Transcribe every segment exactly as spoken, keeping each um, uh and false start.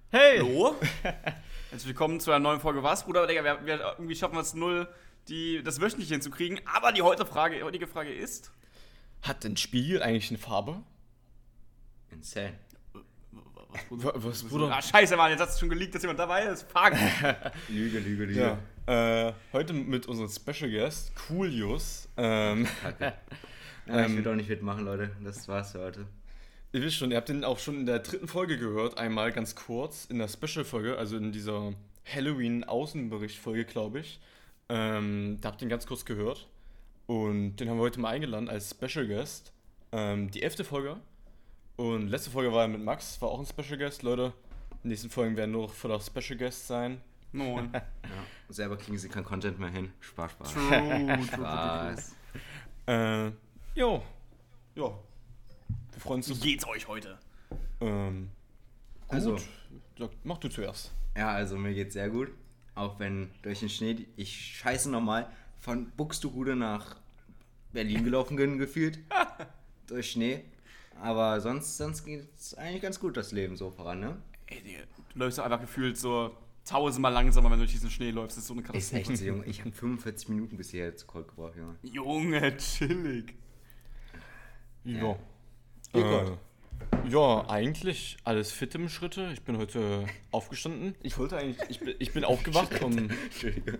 Hey! Hallo? Herzlich willkommen zu einer neuen Folge Was, Bruder? Digga, wir, wir irgendwie schaffen wir es null, die, das wöchentlich hinzukriegen. Aber die heutige Frage, heutige Frage ist... Hat ein Spiegel eigentlich eine Farbe? Insane. Was, Bruder? Was, was, Bruder? Ah, scheiße, Mann, jetzt hast du schon geleakt, dass jemand dabei ist. Fuck. Lüge, Lüge, Lüge. Ja. Äh, heute mit unserem Special Guest, Coolius. Ähm, Kacke. Ja, ich will doch nicht mitmachen, Leute. Das war's für heute. ihr wisst schon, ihr habt den auch schon in der dritten Folge gehört, einmal ganz kurz, in der Special-Folge, also in dieser Halloween-Außenbericht-Folge, glaube ich. Ähm, da habt ihr ihn ganz kurz gehört. Und den haben wir heute mal eingeladen als Special Guest. Ähm, die elfte Folge. Und letzte Folge war mit Max, war auch ein Special Guest, Leute. Die nächsten Folgen werden nur voller Special Guests sein. Moin. Ja. Selber kriegen sie kein Content mehr hin. Spaß, Spaß. True, true, true, true. Spaß. Äh, jo. Ja. Wir freuen uns. Wie geht's euch heute? Ähm, gut. Also- Sag, mach du zuerst. Ja, also mir geht's sehr gut. Auch wenn durch den Schnee, ich scheiße nochmal von Buxtehude nach Berlin gelaufen bin, gefühlt. Durch Schnee. Aber sonst, sonst geht's eigentlich ganz gut, das Leben so voran, ne? Ey, Digga, du läufst doch einfach gefühlt so tausendmal langsamer, wenn du durch diesen Schnee läufst. Das ist so eine Ist Katastrophe. echt so, Junge. Ich habe fünfundvierzig Minuten bis hierher zu Cold gebraucht, Junge. Junge, chillig. Ja. Ja. Äh, ja, eigentlich alles fit im Schritte. Ich bin heute aufgestanden. Ich wollte eigentlich, ich bin, ich bin aufgewacht um, Entschuldigung.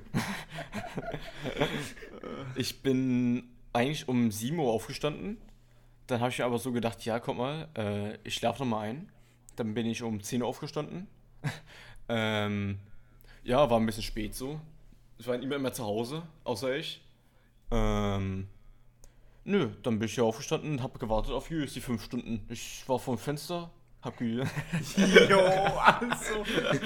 ich bin eigentlich um sieben Uhr aufgestanden. Dann habe ich mir aber so gedacht, ja, guck mal, äh, ich schlafe noch mal ein. Dann bin ich um zehn Uhr aufgestanden. ähm, ja, war ein bisschen spät so. Es war niemand mehr zu Hause, außer ich. Ähm, nö, dann bin ich hier aufgestanden und habe gewartet auf Julius die fünf Stunden. Ich war vor dem Fenster, hab ge... Jo, also.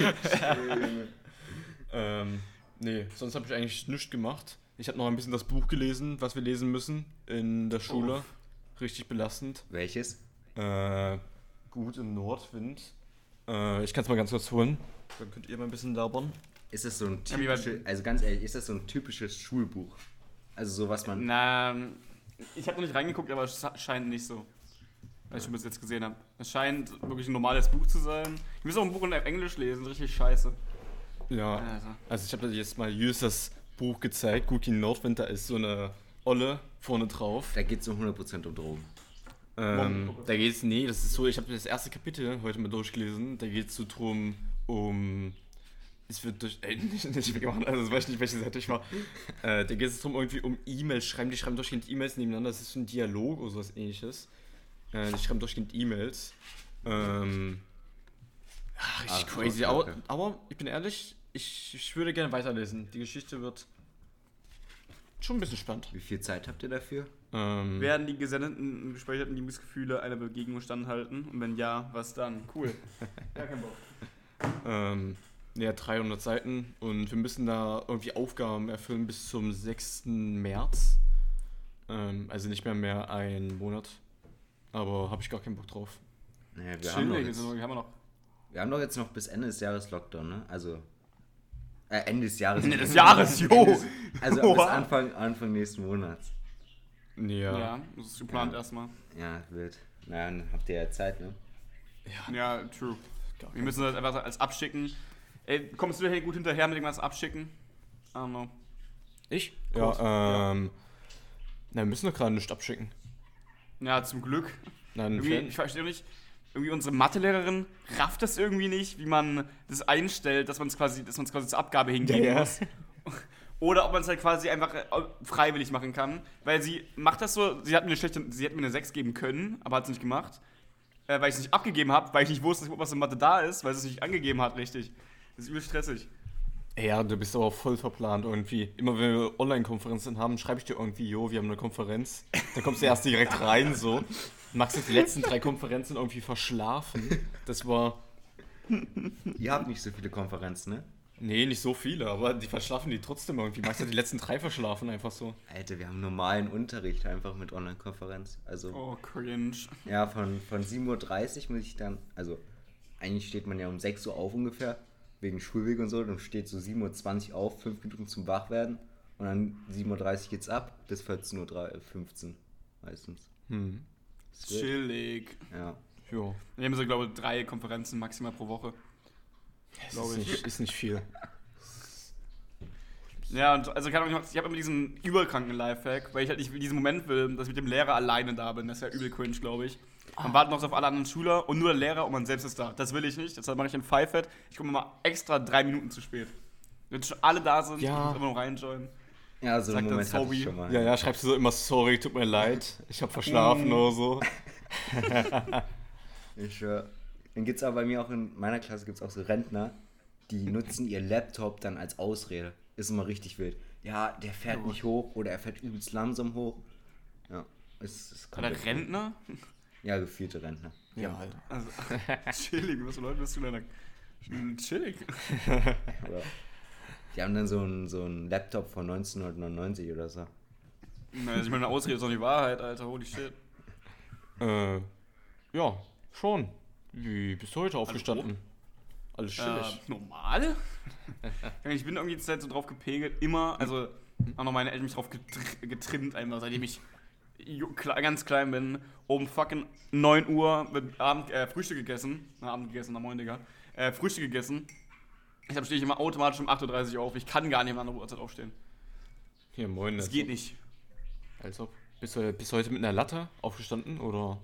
ähm, nee, sonst habe ich eigentlich nichts gemacht. Ich habe noch ein bisschen das Buch gelesen, was wir lesen müssen in der Schule. Uff. Richtig belastend. Welches? Äh, gut im Nordwind. Äh, ich kann es mal ganz kurz holen. Dann könnt ihr mal ein bisschen labern. Ist das so ein Ja, wie war- typisches, also ganz ehrlich, ist das so ein typisches Schulbuch? Also so, was man... Na, ich habe noch nicht reingeguckt, aber es scheint nicht so. Weil ich schon bis jetzt gesehen habe. Es scheint wirklich ein normales Buch zu sein. Ich muss auch ein Buch in Englisch lesen, richtig scheiße. Ja, Also. also ich habe jetzt mal Julius das Buch gezeigt. Gut, im Nordwind, da ist so eine Olle vorne drauf. Da geht es um hundert Prozent um Drogen. Ähm, da geht's, nee, das ist so, ich habe das erste Kapitel heute mal durchgelesen. Da geht es so drum, um... Es wird durch... Ey, nicht, nicht weggemacht, also das weiß ich nicht, welche Seite ich war. äh, da geht es darum, irgendwie um E-Mails schreiben. Die schreiben durchgehend E-Mails nebeneinander. Das ist so ein Dialog oder sowas ähnliches. Äh, die schreiben durchgehend E-Mails. Ähm... Ja, richtig Ach, crazy. okay, Aber, okay. aber ich bin ehrlich, ich, ich würde gerne weiterlesen. Die Geschichte wird schon ein bisschen spannend. Wie viel Zeit habt ihr dafür? Ähm, Werden die gesendeten und gespeicherten Liebesgefühle einer Begegnung standhalten? Und wenn ja, was dann? Cool. Ja, kein Bock. Ähm, ja, dreihundert Seiten und wir müssen da irgendwie Aufgaben erfüllen bis zum sechsten März. Ähm, also nicht mehr mehr ein Monat. Aber habe ich gar keinen Bock drauf. Naja, wir haben, doch Chillig, jetzt, also, haben wir noch. wir haben doch jetzt noch bis Ende des Jahres Lockdown, ne? Also... Äh, Ende des Jahres. Ende des Jahres, jo! Also bis Oha. Anfang, Anfang nächsten Monats. Ja. Ja, das ist geplant Ja. erstmal. Ja, wild. Naja, dann habt ihr ja Zeit, ne? Ja, true. Wir müssen das einfach als abschicken. Ey, kommst du hier gut hinterher mit irgendwas abschicken? I don't know. Ich? Groß. Ja, ähm. Na, wir müssen doch gerade nichts abschicken. Ja, zum Glück. Nein, Irgendwie, Fan. ich verstehe nicht, irgendwie unsere Mathelehrerin rafft das irgendwie nicht, wie man das einstellt, dass man es quasi, dass man es quasi zur Abgabe hingeben Ja, ja. muss. Oder ob man es halt quasi einfach äh, freiwillig machen kann. Weil sie macht das so, sie hat mir eine schlechte, sie hat mir eine sechs geben können, aber hat es nicht gemacht. Äh, weil ich es nicht abgegeben habe, weil ich nicht wusste, was in Mathe da ist, weil sie es nicht angegeben hat, richtig. Das ist übel stressig. Ja, du bist aber voll verplant irgendwie. Immer wenn wir Online-Konferenzen haben, schreibe ich dir irgendwie, jo, wir haben eine Konferenz. Dann kommst du erst direkt rein, so. Max hat die letzten drei Konferenzen irgendwie verschlafen. Das war, Ihr habt nicht so viele Konferenzen, ne? nee, nicht so viele, aber die verschlafen die trotzdem irgendwie. Max hat die letzten drei verschlafen, einfach so. Alter, wir haben normalen Unterricht einfach mit Online-Konferenz. Also, Oh, cringe. ja, von, von sieben Uhr dreißig muss ich dann, also, eigentlich steht man ja um sechs Uhr auf ungefähr, wegen Schulweg und so, dann steht so sieben Uhr zwanzig auf, fünf Minuten zum Wachwerden und dann sieben Uhr dreißig geht's ab, bis vierzehn Uhr fünfzehn meistens. Hm. Das wird- Chillig. Ja. Jo. Wir haben so, glaube ich, drei Konferenzen maximal pro Woche. glaube ist ich. nicht, ist nicht viel. Ja, und also keine Ahnung, ich habe immer diesen überkranken Lifehack, weil ich halt nicht diesen Moment will, dass ich mit dem Lehrer alleine da bin. Das ist ja übel cringe, glaube ich. Man wartet noch so auf alle anderen Schüler und nur der Lehrer und man selbst ist da. Das will ich nicht, deshalb mache ich ein Five-Head. Ich komme mal extra drei Minuten zu spät. Wenn schon alle da sind, Ja. ich muss immer noch reinjoinen. Ja, so Sag einen dann Moment hatte sorry. ich schon mal. Ja, ja, schreibst du so immer, sorry, tut mir leid, ich hab verschlafen oder so. Ich schwör. Dann gibt's aber bei mir auch in meiner Klasse gibt's auch so Rentner, die nutzen ihr Laptop dann als Ausrede. Ist immer richtig wild. Ja, der fährt nicht hoch oder er fährt übelst langsam hoch. Ja, es ist Oder komplett- Rentner? Ja, gefühlte Rentner. Ja, Alter. Also, chillig, was für Leute bist du denn? Chillig. Oder die haben dann so einen so einen Laptop von neunzehnhundertneunundneunzig oder so. Na, also ich meine, eine Ausrede ist doch die Wahrheit, Alter, holy shit. Äh, ja, schon. Wie bist du heute aufgestanden? Alles chillig. Äh, normal? Ich bin irgendwie jetzt halt so drauf gepegelt, immer, also haben noch meine Eltern mich drauf getr- getrimmt, einmal, seitdem ich ju- kle- ganz klein bin, um fucking neun Uhr mit Abend, äh, Frühstück gegessen, na, Abend gegessen, na moin, Digga, äh, Frühstück gegessen. Deshalb stehe ich immer automatisch um acht Uhr dreißig auf, ich kann gar nicht mehr an der Uhrzeit aufstehen. Hier, moin. Das als geht ob- nicht. Als ob. Bist du, bist du heute mit einer Latte aufgestanden, oder?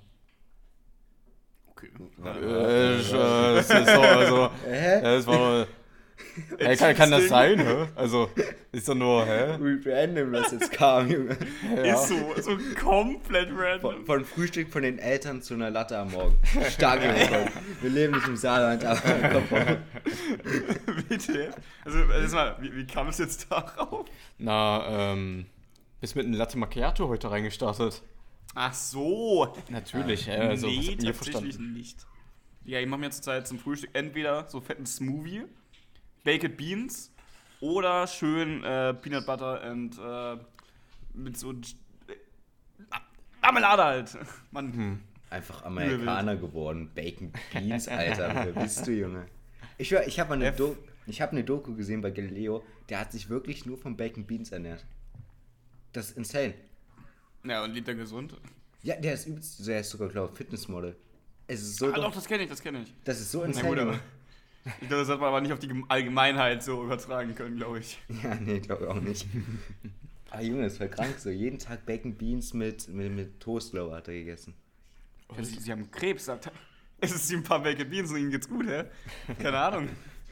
Okay. Äh, ich, äh, das ist so, also, Hä? das war, hä, kann, kann das sein, hä? Also, ist doch nur, hä? Wie random das jetzt kam, Junge. Ja. Ist so, so komplett random. Von, von Frühstück von den Eltern zu einer Latte am Morgen. Stark, Junge. Wir leben nicht im Saarland, aber im Kopf. Bitte? Also, erstmal, wie, wie kam es jetzt darauf? Na, ähm, bist mit einem Latte Macchiato heute reingestartet? Ach so. Natürlich, hä? Also, was nee, habt ihr tatsächlich verstanden? nicht. Ja, ich mache mir zurzeit zum Frühstück entweder so fetten Smoothie, Baked Beans oder schön äh, Peanut Butter und äh, mit so J- äh, Marmelade halt. Mann. Hm. Einfach Amerikaner geworden. Bacon Beans, Alter. Wer bist du, Junge? Ich schwör, ich habe eine, F. Do- ich hab eine Doku gesehen bei Galileo, der hat sich wirklich nur von Bacon Beans ernährt. Das ist insane. Ja, und lebt er gesund? Ja, der ist übelst, der ist sogar, glaube ich, Fitnessmodel. Es ist so, Ah, dumm. doch, das kenne ich, das kenne ich. Das ist so Na insane. gut, aber Junge. ich glaube, das hat man aber nicht auf die Gem- Allgemeinheit so übertragen können, glaube ich. Ja, nee, glaube ich auch nicht. Ah, Junge, das war krank so. Jeden Tag Bacon Beans mit, mit, mit Toast, glaube ich, hat er gegessen. Ja, sie, sie haben Krebs, sagt es ist ein paar Baked Beans und ihnen geht's gut, hä? Keine Ahnung.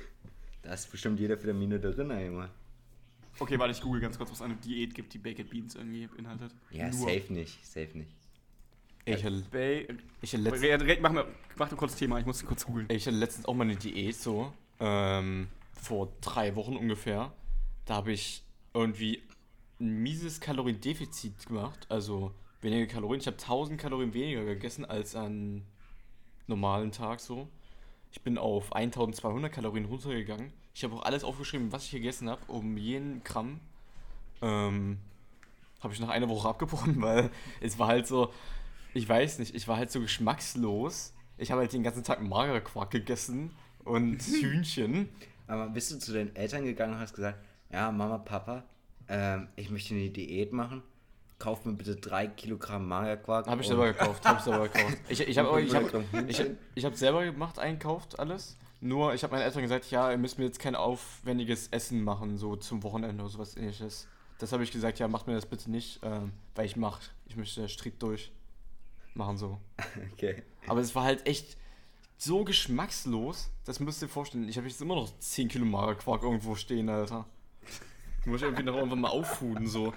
Da ist bestimmt jeder Vitamine drin, ey, Junge. Okay, warte, ich google ganz kurz, was eine Diät gibt, die Baked Beans irgendwie beinhaltet. Ja, Nur. safe nicht, safe nicht. Ich hatte, Ba ich, hatte letzt, Red, red, mach, mal, mach mal kurz Thema, ich muss kurz googeln. ich hatte letztens auch mal eine Diät so, ähm, vor drei Wochen ungefähr. Da habe ich irgendwie ein mieses Kaloriendefizit gemacht, also weniger Kalorien. Ich habe tausend Kalorien weniger gegessen als an normalen Tag so. Ich bin auf eintausendzweihundert Kalorien runtergegangen. Ich habe auch alles aufgeschrieben, was ich gegessen habe, um jeden Gramm. Ähm, habe ich nach einer Woche abgebrochen, weil es war halt so, ich weiß nicht, ich war halt so geschmackslos. Ich habe halt den ganzen Tag Magerquark gegessen und Hühnchen. Aber bist du zu deinen Eltern gegangen und hast gesagt, ja, Mama, Papa, ähm, ich möchte eine Diät machen. Kauf mir bitte drei Kilogramm Magerquark. Habe ich und- selber gekauft, habe ich selber gekauft. Ich, ich habe ich hab, fünfhundert Gramm ich, Hühnchen. ich hab selber gemacht, einkauft, alles. Nur, ich habe meinen Eltern gesagt, ja, ihr müsst mir jetzt kein aufwendiges Essen machen, so zum Wochenende oder sowas ähnliches. Das habe ich gesagt, ja, macht mir das bitte nicht, ähm, weil ich mach, ich möchte strikt durch machen so. Okay. Aber es war halt echt so geschmackslos, das müsst ihr euch vorstellen. Ich habe jetzt immer noch zehn Kilo Magerquark irgendwo stehen, Alter. Muss ich irgendwie noch irgendwann mal auffuden, so.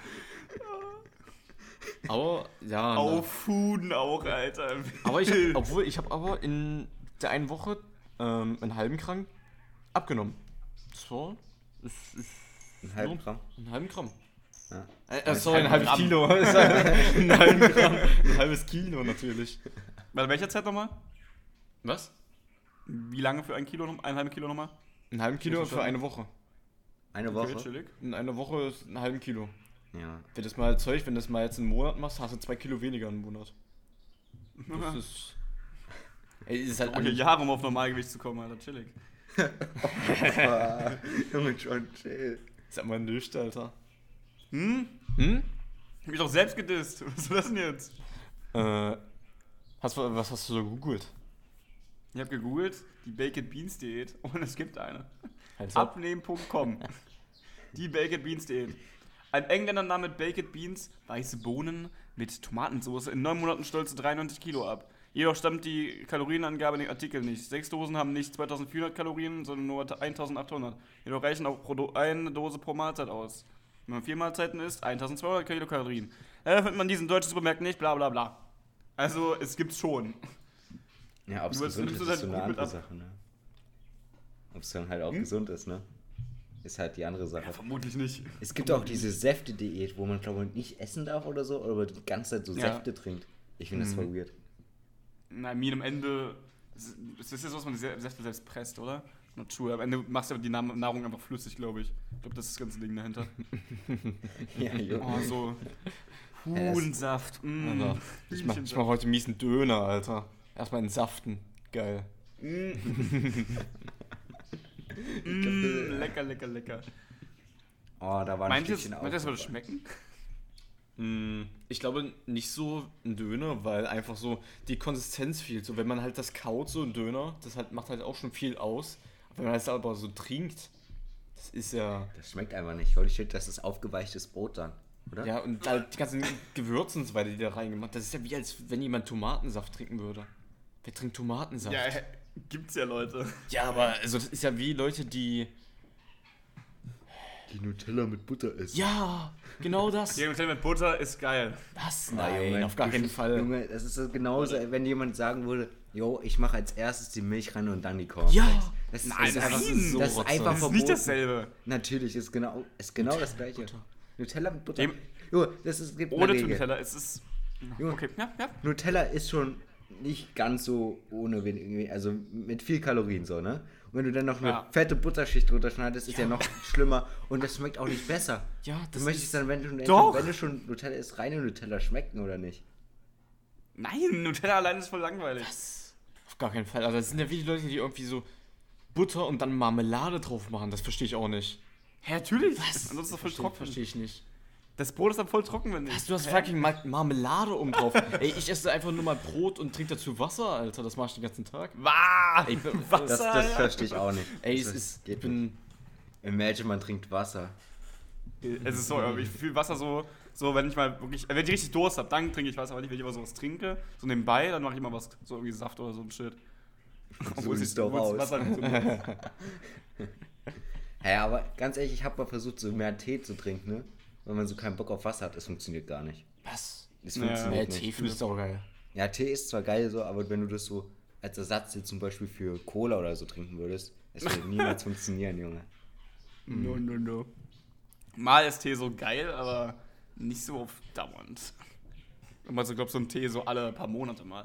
Aber, ja. Auffuden auch, Alter. Aber ich, hab, obwohl, ich habe aber in der einen Woche ähm, einen halben Gramm abgenommen. Das war, ist, ist Einen halben Gramm. einen halben Gramm. Ja. Äh, sorry, ein halben halbes Gramm. Kilo. Ist ein, ein halben Gramm. Ein halbes Kilo natürlich. Bei welcher Zeit nochmal? Was? Wie lange für ein Kilo, noch, ein halbes Kilo nochmal? Ein halben Kilo Nicht für verstanden. eine Woche. Eine Okay, Woche? chillig. In einer Woche ist ein halben Kilo. Ja. Wenn das mal Zeug, wenn das mal jetzt einen Monat machst, hast du zwei Kilo weniger im Monat. Das ist. Ey, das ist halt Okay, alles- Jahre, um auf Normalgewicht zu kommen, Alter, chillig. Junge, schon chill. Sag mal nicht, Alter. Hm? Hm? Ich hab mich doch selbst gedisst. Was ist das denn jetzt? Äh. Hast, du- was hast du so gegoogelt? Ich habe gegoogelt, die Baked Beans Diät und es gibt eine. Halt's ab. Abnehmen Punkt com. Die Baked Beans Diät. Ein Engländer nahm mit Baked Beans weiße Bohnen mit Tomatensauce in neun Monaten stolze dreiundneunzig Kilo ab. Jedoch stammt die Kalorienangabe in den Artikel nicht. Sechs Dosen haben nicht zweitausendvierhundert Kalorien, sondern nur eintausendachthundert. Jedoch reichen auch pro Do- eine Dose pro Mahlzeit aus. Wenn man vier Mahlzeiten isst, eintausendzweihundert Kilokalorien. Leider findet man diesen deutschen Supermärkten nicht, bla bla bla. Also, es gibt's schon. Ja, ob es Du willst- gesund nimmst ist, du ist so dein eine Brot mit andere ab? Sache, ne? Ob es dann halt auch Hm? gesund ist, ne? Ist halt die andere Sache. Ja, vermutlich nicht. Es gibt auch diese Säfte-Diät, wo man, glaube ich, nicht essen darf oder so, oder die ganze Zeit so Ja. Säfte trinkt. Ich finde das Mhm. voll weird. Na, mir am Ende. Es ist ja so, dass man die Säfte selbst presst, oder? Not sure. Am Ende machst du aber die Nahr- Nahrung einfach flüssig, glaube ich. Ich glaube, das ist das ganze Ding dahinter. Ja, jo. Oh, so. Ja, das- Huhnsaft. Mm. Alter, ich mach, ich Hühnchensaft. mach heute miesen Döner, Alter. Erstmal entsaften. Geil. Mm, lecker, lecker, lecker. Oh, da war ein Meint ihr, das- Stückchen meint ihr, das würde aufgefallen. schmecken? Mm, Ich glaube nicht so ein Döner, weil einfach so die Konsistenz fehlt. So, wenn man halt das kaut, so ein Döner, das halt, macht halt auch schon viel aus. Wenn man das aber so trinkt, das ist ja. Das schmeckt einfach nicht. Holy shit, das ist aufgeweichtes Brot dann, oder? Ja, und halt die ganzen Gewürze und so weiter, die da reingemacht. Das ist ja wie, als wenn jemand Tomatensaft trinken würde. Wer trinkt Tomatensaft? Ja, hä, gibt's ja Leute. Ja, aber also das ist ja wie Leute, die. Die Nutella mit Butter essen. Ja, genau das. Die Hotel mit Butter ist geil. Was? Ah, Nein, Junge, auf gar du keinen sch- Fall. Junge, das ist so genauso, wenn jemand sagen würde, jo, ich mache als erstes die Milch rein und dann die Cornflakes. Ja. das ist, Nein, das ist einfach, nein. so das ist Rotze. einfach Das ist verboten. nicht dasselbe. Natürlich, ist genau, ist genau das gleiche. Butter. Nutella mit Butter. Eben- Jo, das ist, gibt eine Ohne Regel. Nutella, es ist. Junge. Okay, ja, ja. Nutella ist schon nicht ganz so ohne wenig, also mit viel Kalorien so, ne? Und wenn du dann noch eine Ja. fette Butterschicht drunter schneidest, ist ja noch schlimmer und das schmeckt auch nicht besser. Ja, Du das möchtest ist. dann, wenn du, Doch. wenn du schon Nutella isst, reine Nutella schmecken oder nicht? Nein, Nutella allein ist voll langweilig. Was? Auf gar keinen Fall. Also das sind ja wie die Leute, die irgendwie so Butter und dann Marmelade drauf machen. Das verstehe ich auch nicht. Hä, natürlich. Ansonsten ist das voll Verstehe trocken. versteh ich nicht. Das Brot ist dann voll trocken, wenn Was, du hast Hä? fucking Mar Marmelade oben drauf. Ey, ich esse einfach nur mal Brot und trinke dazu Wasser, Alter. Das mach ich den ganzen Tag. Wah! Ey, Wasser, Das, das ja. verstehe ich auch nicht. Ey, das es ist. Ich geht nicht. bin. Imagine, man trinkt Wasser. Es ist so, aber ich fühle Wasser so, so, wenn ich mal wirklich, wenn ich richtig Durst habe, dann trinke ich Wasser, aber nicht, wenn ich immer sowas trinke, so nebenbei, dann mache ich immer was, so irgendwie Saft oder so ein Shit. So es siehst du auch obwohl es aus. Wasser nicht so ist. Ja, aber ganz ehrlich, ich habe mal versucht, so mehr Tee zu trinken, ne? Wenn man so keinen Bock auf Wasser hat, das funktioniert gar nicht. Was? Das Ja. funktioniert Nee, Tee nicht. findest du auch geil. Ja, Tee ist zwar geil so, aber wenn du das so als Ersatz jetzt zum Beispiel für Cola oder so trinken würdest, das würde niemals funktionieren, Junge. No, no, no. Mal ist Tee so geil, aber nicht so auf dauernd. Und man so, glaub so ein Tee so alle paar Monate mal.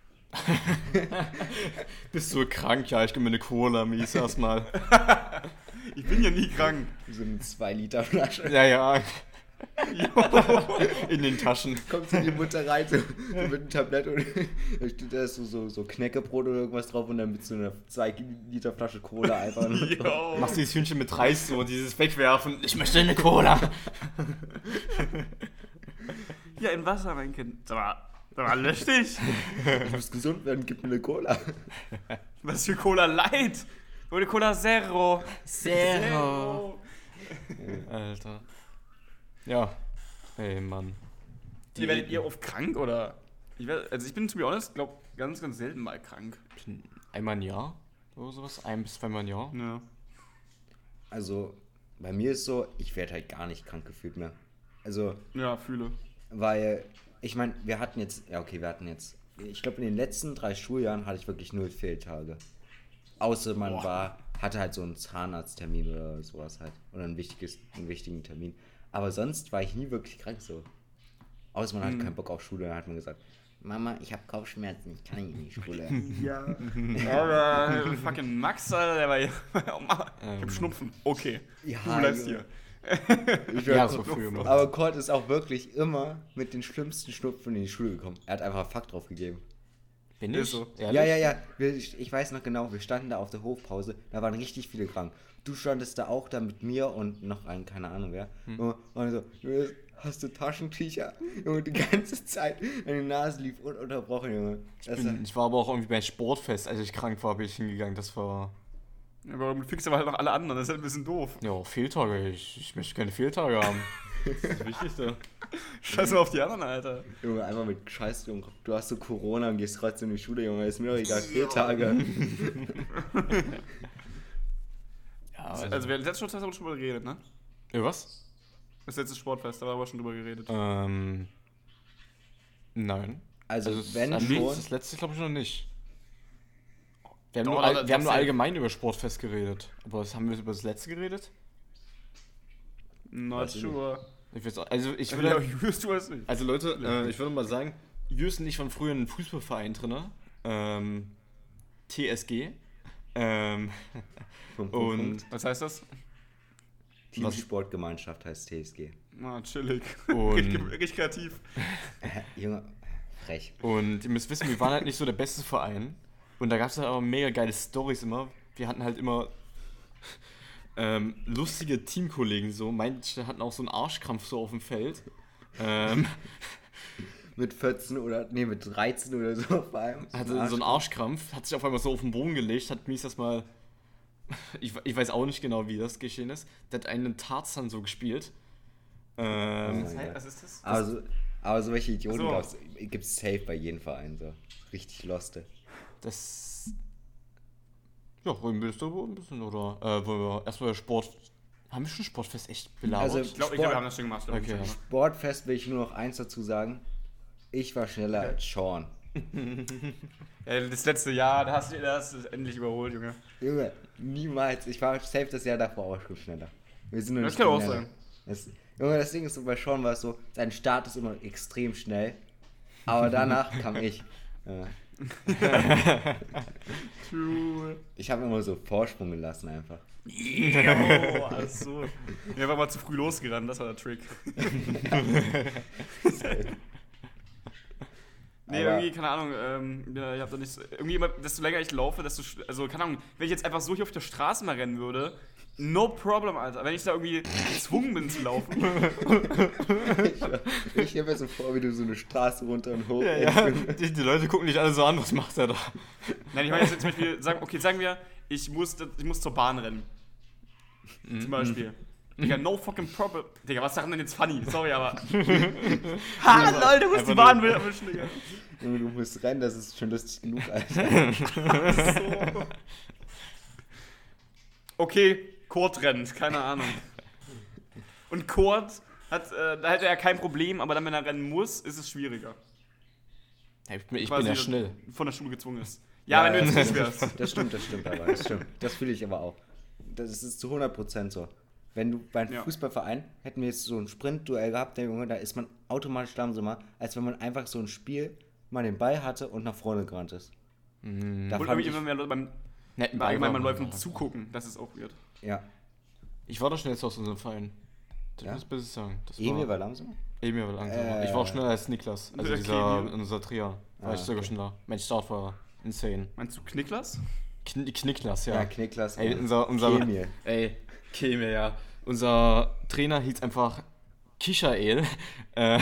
Bist du krank? Ja, ich gebe mir eine Cola, mies erstmal. Ich bin ja nie krank. So eine zwei Liter Flasche. Ja, ja. In den Taschen. Kommst in die Mutter rein, so, so mit einem Tablett und da steht da so, so, so Knäckebrot oder irgendwas drauf und dann mit so einer zwei Liter Flasche Cola einfach. Yo. Machst du dieses Hühnchen mit Reis so, dieses Wegwerfen. Ich möchte eine Cola. Ja, in Wasser, mein Kind. Sag mal, sag mal, lösch dich. Ich muss gesund werden, gib mir eine Cola. Was für Cola Light? Oder Cola Zero. Zero. Alter. Ja. Ey, Mann. Die werdet ihr oft krank oder? Ich werd, also ich bin, to be honest, glaub ganz, ganz selten mal krank. Einmal im Jahr oder sowas? Ein bis zweimal im Jahr. Ja. Also, bei mir ist so, ich werde halt gar nicht krank gefühlt mehr. Also, Ja, fühle. weil, ich meine, wir hatten jetzt, ja okay, wir hatten jetzt, ich glaube in den letzten drei Schuljahren hatte ich wirklich null Fehltage. Außer man Boah. war, hatte halt so einen Zahnarzttermin oder sowas halt. Oder ein wichtiges, einen wichtigen Termin. Aber sonst war ich nie wirklich krank so. Außer man hatte Mhm. keinen Bock auf Schule, dann hat man gesagt, Mama, ich habe Kopfschmerzen, ich kann nicht in die Schule. Ja. Aber fucking Max, Alter, der war hier. Oh, Mama, ich Ähm. hab Schnupfen. Okay. Ja, Du bleibst Junge. hier. Ich Ja, war- so früh immer. Aber Kurt ist auch wirklich immer mit den schlimmsten Schnupfen in die Schule gekommen. Er hat einfach Fakt drauf gegeben. Bin Ist ich? so. Ehrlich? Ja, ja, ja. Wir, ich weiß noch genau, wir standen da auf der Hofpause, da waren richtig viele krank. Du standest da auch da mit mir und noch einen, keine Ahnung wer. Und, und so, hast du Taschentücher? Junge, die ganze Zeit, deine Nase lief ununterbrochen, Junge. Ich, bin, ich war aber auch irgendwie bei Sportfest, als ich krank war, bin ich hingegangen. Das war... Ja, aber du fixst aber halt noch alle anderen, das ist halt ein bisschen doof. Ja, Fehltage. Ich, ich möchte keine Fehltage haben. Das ist das Wichtigste. Scheiß mal auf die anderen, Alter. Junge, einfach mit Scheiß, Junge. Du hast so Corona und gehst trotzdem in die Schule, Junge. Ist mir doch egal, vier Tage. Ja, Also, also, also wir letztes Sportfest haben wir schon drüber geredet, ne? ja, was? Das letzte Sportfest, da haben wir schon drüber geredet. Ähm... Nein. Also, Also, wenn das, schon... das letzte glaube ich noch nicht. Wir haben, Doch, nur, aber all, wir haben nur trotzdem. allgemein über Sportfest geredet. Aber was, haben wir über das letzte geredet? Not Weiß ich sure. Ich weiß, auch- also ich Ja, würde... Julius, du weißt nicht. Also Leute, äh, ich würde mal sagen, Jus und ich waren früher in einem Fußballverein drin. Ähm, T S G. Ähm, Punkt, Punkt, und Punkt. Was heißt das? Teamsportgemeinschaft heißt T S G. Ah, chillig. Und- richtig, richtig kreativ. Äh, Junge, frech. Und ihr müsst wissen, wir waren halt nicht so der beste Verein. Und da gab es halt aber mega geile Storys immer. Wir hatten halt immer ähm, lustige Teamkollegen so. Manche hatten auch so einen Arschkrampf so auf dem Feld. Ähm, Mit vierzehn oder, nee, mit dreizehn oder so vor allem. hatte so einen Arschkrampf, hat sich auf einmal so auf den Boden gelegt, hat mies das mal... Ich, ich weiß auch nicht genau, wie das geschehen ist. Der hat einen Tarzan so gespielt. Ähm, Oh mein Gott. Was ist das? Aber so, aber so welche Idioten So. gibt es safe bei jedem Verein so. Richtig loste. Das... Ja, wollen wir das darüber ein bisschen, oder? Äh, wollen wir erstmal Sport... Haben wir schon Sportfest echt belabert? Also- Ich glaube, Sport- wir haben das schon gemacht. glaub ich. Okay. Sportfest will ich nur noch eins dazu sagen. Ich war schneller als Sean. Ja, das letzte Jahr, da hast du da hast du es endlich überholt, Junge. Junge, niemals. Ich war safe das Jahr davor auch schon schneller. Wir sind nur Das nicht kann auch schneller. sein. Das, Junge, das Ding ist so, bei Sean war es so, sein Start ist immer extrem schnell. Aber danach kam ich. Ja. True. Ich habe immer so Vorsprung gelassen einfach. Oh, alles so. Wir waren mal zu früh losgerannt, das war der Trick. Nee, Aber- irgendwie, keine Ahnung, ähm, ja, ich hab da nicht so, irgendwie immer, desto länger ich laufe, desto, sch- also, keine Ahnung, wenn ich jetzt einfach so hier auf der Straße mal rennen würde, no problem, Alter. Wenn ich da irgendwie gezwungen bin zu laufen. Ich, ich habe mir so vor, wie du so eine Straße runter und hoch. ja, ja. Die, die Leute gucken dich alle so an, was macht er da? Nein, ich meine jetzt zum Beispiel, sagen, okay, sagen wir, ich muss, ich muss zur Bahn rennen. Zum Beispiel. Digga, no fucking problem. Digga, was sagen denn jetzt funny? Sorry, aber. Ha, Leute, du musst die einfach Bahn nur- erwischen, Digga. Junge, du musst rennen, das ist schon lustig genug, Alter. So. Okay, Kurt rennt, keine Ahnung. Und Kurt hat, äh, da hätte er kein Problem, aber dann, wenn er rennen muss, ist es schwieriger. Ja, ich bin, ich Quasi bin ja schnell. Von der Schule gezwungen ist. Ja, wenn du jetzt nicht wärst. Das stimmt, das stimmt aber. Das stimmt. Das fühle ich aber auch. Das ist zu hundert Prozent so. Wenn du beim Ja. Fußballverein hätten wir jetzt so ein Sprintduell gehabt, der Junge, da ist man automatisch langsamer, als wenn man einfach so ein Spiel mal den Ball hatte und nach vorne gerannt ist. Da Und fand irgendwie ich, immer mehr Leute beim, Netten bei allgemein beim Ball Läufen war- zugucken. Das ist auch weird. ja. Ich war der schnellste aus unserem Verein. Das Ja? muss ich besser sagen. Das Emil war langsamer? Emil war langsamer. Äh. Ich war auch schneller als Niklas. Also Okay, dieser, Emil. unser Trier. War Ah, ich sogar okay. schneller. Mein Start war insane. Meinst du Knicklas? Kn Knicklas, Ja, ja. Knicklas. Ey, und unser, unser, Emil. ey, Kemir, ja. Unser Trainer hieß einfach Kishael. äh,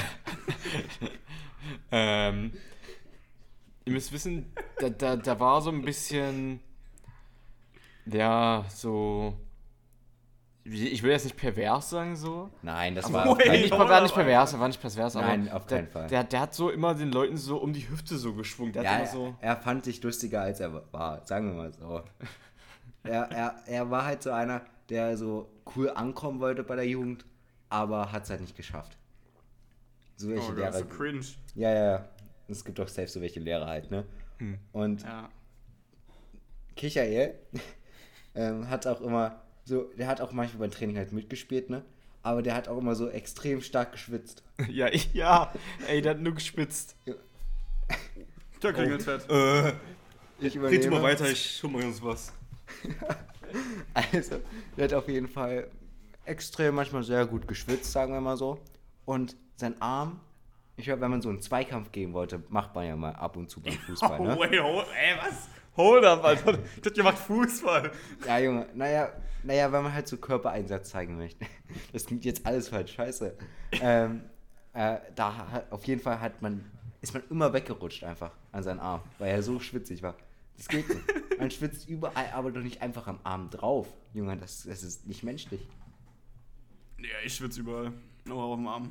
ähm, ihr müsst wissen, da, da, da war so ein bisschen, ja, so, wie- ich will jetzt nicht pervers sagen so. Nein, das Aber war auf wait, keinen Nicht, Fall. hold war nicht up, pervers, er war nicht pervers, aber Nein, auf der, keinen Fall. Der, der hat so immer den Leuten so um die Hüfte so geschwungen. Der Ja, hat immer so. er, er fand sich lustiger, als er war, sagen wir mal so. er, er, er war halt so einer, der so cool ankommen wollte bei der Jugend, aber hat es halt nicht geschafft. So welche Oh, Lehrer. das ist so cringe. Ja, ja, ja. Es gibt doch safe so welche Lehrer halt, ne? Hm. Und Ja. Kichael ähm, hat auch immer so, der hat auch manchmal beim Training halt mitgespielt, ne? Aber der hat auch immer so extrem stark geschwitzt. Ja, ich, ja. Ey, der hat nur gespitzt. Der klingelt fett. Äh, Ich red mal weiter, ich hol mal uns was. Also, der hat auf jeden Fall extrem manchmal sehr gut geschwitzt, sagen wir mal so. Und sein Arm, ich glaube, wenn man so einen Zweikampf geben wollte, macht man ja mal ab und zu beim Fußball, Oh, ne? wait, hold, ey, was? Hold up, Alter. Ich dachte, ihr macht Fußball. Ja, Junge, naja, naja, wenn man halt so Körpereinsatz zeigen möchte. Das klingt jetzt alles falsch, scheiße. Ähm, äh, da hat, auf jeden Fall hat man, ist man immer weggerutscht einfach an seinen Arm, weil er so schwitzig war. Das geht nicht. Man schwitzt überall, aber doch nicht einfach am Arm drauf. Junge, das, das ist nicht menschlich. Ja, ich schwitze überall. Nur auf dem Arm.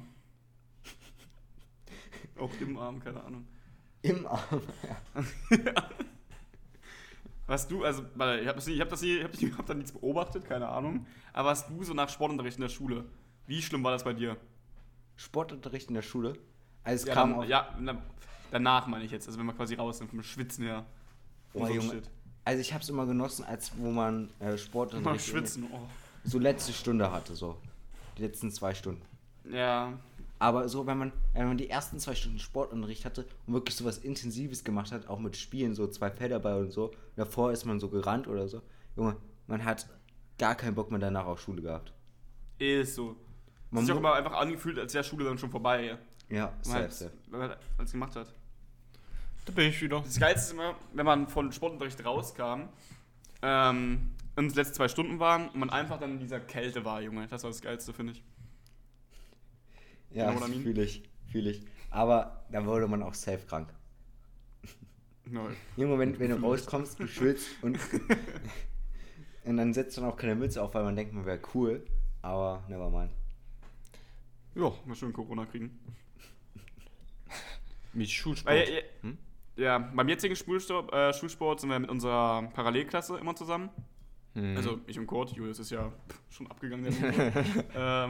Auch im Arm, keine Ahnung. Im Arm, ja. Was du, also, warte, ich hab das nie, ich hab das nie, ich hab, ich hab da nichts beobachtet, keine Ahnung. Aber was du so nach Sportunterricht in der Schule, wie schlimm war das bei dir? Sportunterricht in der Schule. Also es Ja, kam dann, auch, ja na, danach meine ich jetzt, also wenn wir quasi raus sind vom Schwitzen her. oh, Und so Junge. Shit. Also ich habe es immer genossen, als wo man äh, Mal Sportunterricht schwitzen, oh. so letzte Stunde hatte, so. Die letzten zwei Stunden. Ja, Aber so, wenn man, wenn man die ersten zwei Stunden Sportunterricht hatte und wirklich so was Intensives gemacht hat, auch mit Spielen, so zwei Felderball und so, davor ist man so gerannt oder so, Junge, man hat gar keinen Bock mehr danach auf Schule gehabt. ist so. Man Man sich auch mu- immer einfach angefühlt, als wäre Schule dann schon vorbei. Ja, Wenn man safe, halt- safe. wenn man halt alles gemacht hat. Da bin ich wieder. Das Geilste ist immer, wenn man von Sportunterricht rauskam ähm, und es letzte zwei Stunden waren und man einfach dann in dieser Kälte war, Junge. Das war das Geilste, finde ich. Ja, Oder Min? fühle ich, fühle ich. Aber dann wurde man auch safe krank. No. Junge, wenn, wenn du rauskommst, du schwitzt und, und dann setzt man auch keine Mütze auf, weil man denkt, man wäre cool. Aber never mind. Ja, mal schön Corona kriegen. Mit Schulsport. Weil, ja, Hm? ja, beim jetzigen Schulsport, äh, Schulsport sind wir mit unserer Parallelklasse immer zusammen. Hm. Also ich und Kurt, Julius ist ja pff, schon abgegangen. Der ähm,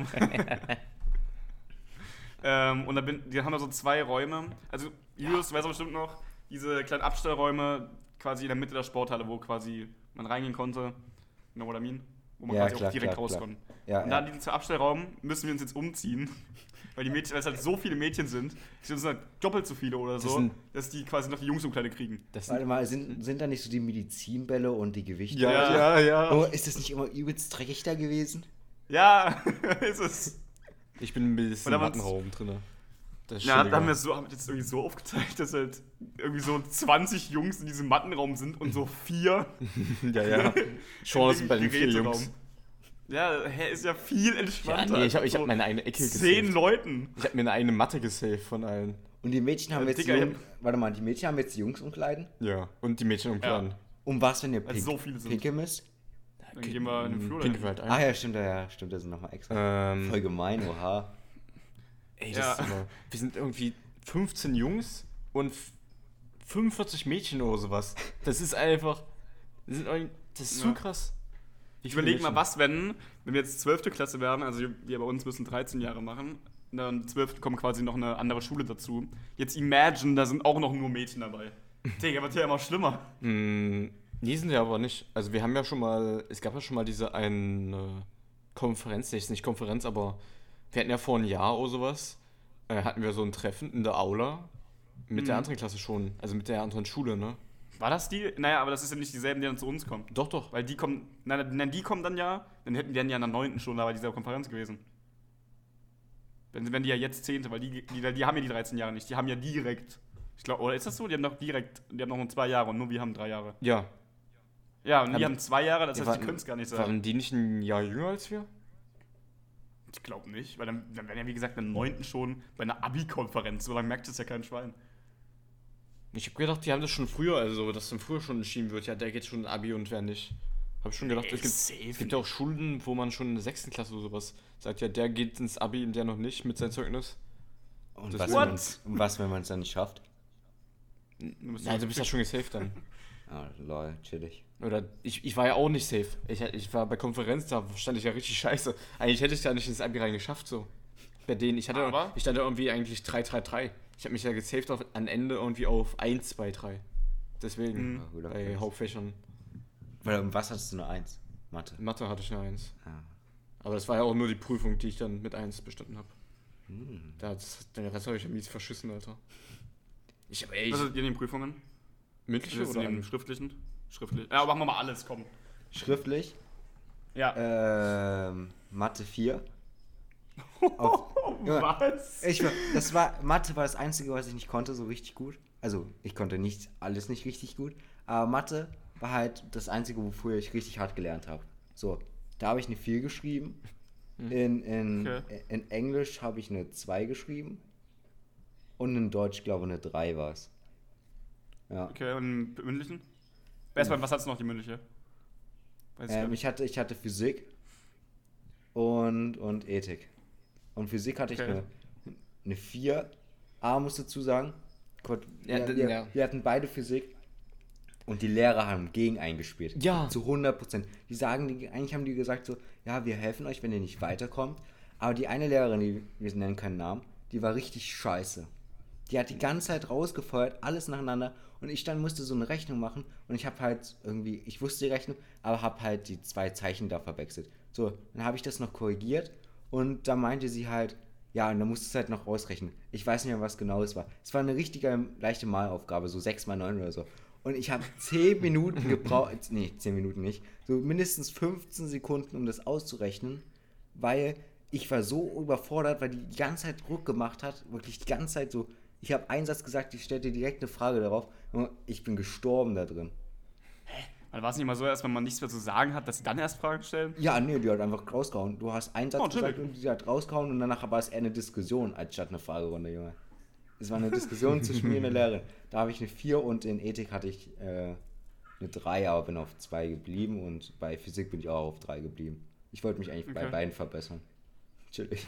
ähm, und da bin, die haben da so zwei Räume. Also Julius weiß aber bestimmt noch, diese kleinen Abstellräume quasi in der Mitte der Sporthalle, wo quasi man reingehen konnte. No what I mean? Wo man Ja, quasi klar, auch direkt klar, raus klar. konnte. Ja, Und ja. da in diesem Abstellraum müssen wir uns jetzt umziehen. Weil die Mädchen, weil es halt so viele Mädchen sind, es sind halt doppelt so viele oder so, sind- dass die quasi noch die Jungsumkleide kriegen. Das Warte mal, sind, sind da nicht so die Medizinbälle und die Gewichte? ja, Ja. ja, ja. Oh, ist das nicht immer übelst dreckig da gewesen? Ja, ist es. Ich bin ein bisschen Und im da war's- Mattenraum drin. Das ist Ja, da chilliger. haben wir so, haben wir jetzt irgendwie so aufgeteilt, dass halt irgendwie so zwanzig Jungs in diesem Mattenraum sind und so vier ja, ja. Schon ist im bei den vier Geräteraum. Jungs. Ja, hä, ist ja viel Ja, entspannter. nee, ich habe ich So hab meine eigene Ecke Zehn gesaved. Leuten. Ich habe mir eine eigene Matte gesaved von allen. Und die Mädchen haben Ja, jetzt Digga, ich Jung, hab- warte mal, die Mädchen haben jetzt Jungs umkleiden. Ja. Und die Mädchen umkleiden. Um was, wenn ihr Weil pink, so viele sind. pinke müsst? Dann gehen wir in den Flur. Pinke dahin. wir halt ein. Ah ja, stimmt, ja, stimmt, das sind nochmal extra. Ähm, Voll gemein, oha. ey, das Ja. ist immer, wir sind irgendwie fünfzehn Jungs und f- fünfundvierzig Mädchen oder sowas. Das ist einfach. Das, sind, irgendwie- das ist so Ja. krass. Ich überlege mal, was, wenn, wenn wir jetzt zwölfte Klasse werden, also wir bei uns müssen dreizehn Jahre machen, dann zwölfte kommt quasi noch eine andere Schule dazu. Jetzt imagine, da sind auch noch nur Mädchen dabei. Digga, wird ja immer schlimmer. Mm, nee, sind wir aber nicht. Also wir haben ja schon mal, es gab ja schon mal diese eine Konferenz, nicht nicht Konferenz, aber wir hatten ja vor einem Jahr oder sowas, äh, hatten wir so ein Treffen in der Aula mit der Mhm. anderen Klasse schon, also mit der anderen Schule, ne? War das die? Naja, aber das ist ja nicht dieselben, die dann zu uns kommen. Doch, doch. Weil die kommen, nein, nein, die kommen dann ja, dann hätten die dann ja in der neunten schon da bei dieser Konferenz gewesen. Wenn, wenn die ja jetzt zehnte, weil die, die, die haben ja die dreizehn Jahre nicht, die haben ja direkt, ich glaube, oder ist das so? Die haben noch direkt, die haben noch nur zwei Jahre und nur wir haben drei Jahre. Ja. Ja, und die Haben- haben zwei Jahre, das Ja, heißt, die waren- können es gar nicht sein. Waren die nicht ein Jahr jünger als wir? Ich glaube nicht, weil dann, dann wären ja wie gesagt in der neunten schon bei einer Abi-Konferenz, so lange merkt es ja kein Schwein. Ich habe gedacht, die haben das schon früher, also dass dann früher schon entschieden wird, ja, der geht schon in Abi und wer nicht. Habe ich schon gedacht, Ey, es gibt, safe es gibt ja auch Schulen, wo man schon in der sechsten Klasse oder sowas sagt, ja, der geht ins Abi und der noch nicht mit seinem Zeugnis. Und Das- was, What? wenn man's, und was, wenn man es dann nicht schafft? Du musst Nein, du bist ja schon gesaved dann. Ah, lol, chillig. Oder ich, ich war ja auch nicht safe. Ich, ich war bei Konferenz, da stand ich ja richtig scheiße. Eigentlich hätte ich es ja nicht ins Abi rein geschafft, so. Bei denen, ich hatte, Aber? ich hatte irgendwie eigentlich drei drei drei. Ich habe mich ja gesaved auf, am Ende irgendwie auf eins zwei drei. Deswegen, Mhm. Ja, guter bei Flex. Hauptfächern. Weil um was hattest du eine Eins? Mathe. In Mathe hatte ich eine eins. Ah. Aber das war ja auch nur die Prüfung, die ich dann mit eins bestanden habe. Hm. Da hat's- Den Rest habe ich ja mies verschissen, Alter. Ich habe ey, Was ich, sind in den Prüfungen? mündliche Was ist oder in den an- schriftlichen? Schriftlich. Ja, machen wir mal alles, komm. Schriftlich? Ja. Ähm, Mathe vier. Auf, Junge, Was? ich, war- das war, Mathe war das Einzige, was ich nicht konnte, so richtig gut. Also, ich konnte nicht alles nicht richtig gut, Aber Mathe war halt das Einzige, wofür ich richtig hart gelernt habe. So, da habe ich eine vier geschrieben. In, in, Okay. in Englisch habe ich eine zwei geschrieben. Und in Deutsch, glaube ich, eine drei war es. Ja. Okay, und im mündlichen? Erstmal, was hattest du noch, die mündliche? Weiß ich gar Ähm, nicht. ich, hatte, ich hatte Physik und, und Ethik. Und Physik hatte ich Okay. eine, eine vier. Aber muss dazu sagen, Gott, Ja, wir, d- wir, ja. wir hatten beide Physik und die Lehrer haben gegen eingespielt. Ja. Zu hundert Prozent. Die sagen, die, eigentlich haben die gesagt so, ja, wir helfen euch, wenn ihr nicht weiterkommt. Aber die eine Lehrerin, die, wir nennen keinen Namen, die war richtig scheiße. Die hat die ganze Zeit rausgefeuert, alles nacheinander. Und ich dann musste so eine Rechnung machen. Und ich habe halt irgendwie, ich wusste die Rechnung, aber habe halt die zwei Zeichen da verwechselt. So, dann habe ich das noch korrigiert. Und da meinte sie halt, ja, und dann musst du es halt noch ausrechnen. Ich weiß nicht mehr, was genau es war. Es war eine richtige leichte Malaufgabe, so sechs mal neun oder so. Und ich habe zehn Minuten gebraucht, nee, zehn Minuten nicht, so mindestens fünfzehn Sekunden, um das auszurechnen, weil ich war so überfordert, weil die die ganze Zeit Druck gemacht hat, wirklich die ganze Zeit so, ich habe einen Satz gesagt, ich stelle dir direkt eine Frage darauf und ich bin gestorben da drin. Also war es nicht mal so, dass wenn man nichts mehr zu sagen hat, dass sie dann erst Fragen stellen? Ja, nee, die hat einfach rausgehauen. Du hast einen Satz Oh, gesagt natürlich. und die hat rausgehauen und danach war es eher eine Diskussion als statt eine Fragerunde, Junge. Es war eine Diskussion zwischen mir und der Lehrerin. Da habe ich eine vier und in Ethik hatte ich äh, eine drei, aber bin auf zwei geblieben und bei Physik bin ich auch auf drei geblieben. Ich wollte mich eigentlich bei Okay. beiden verbessern. Chillig.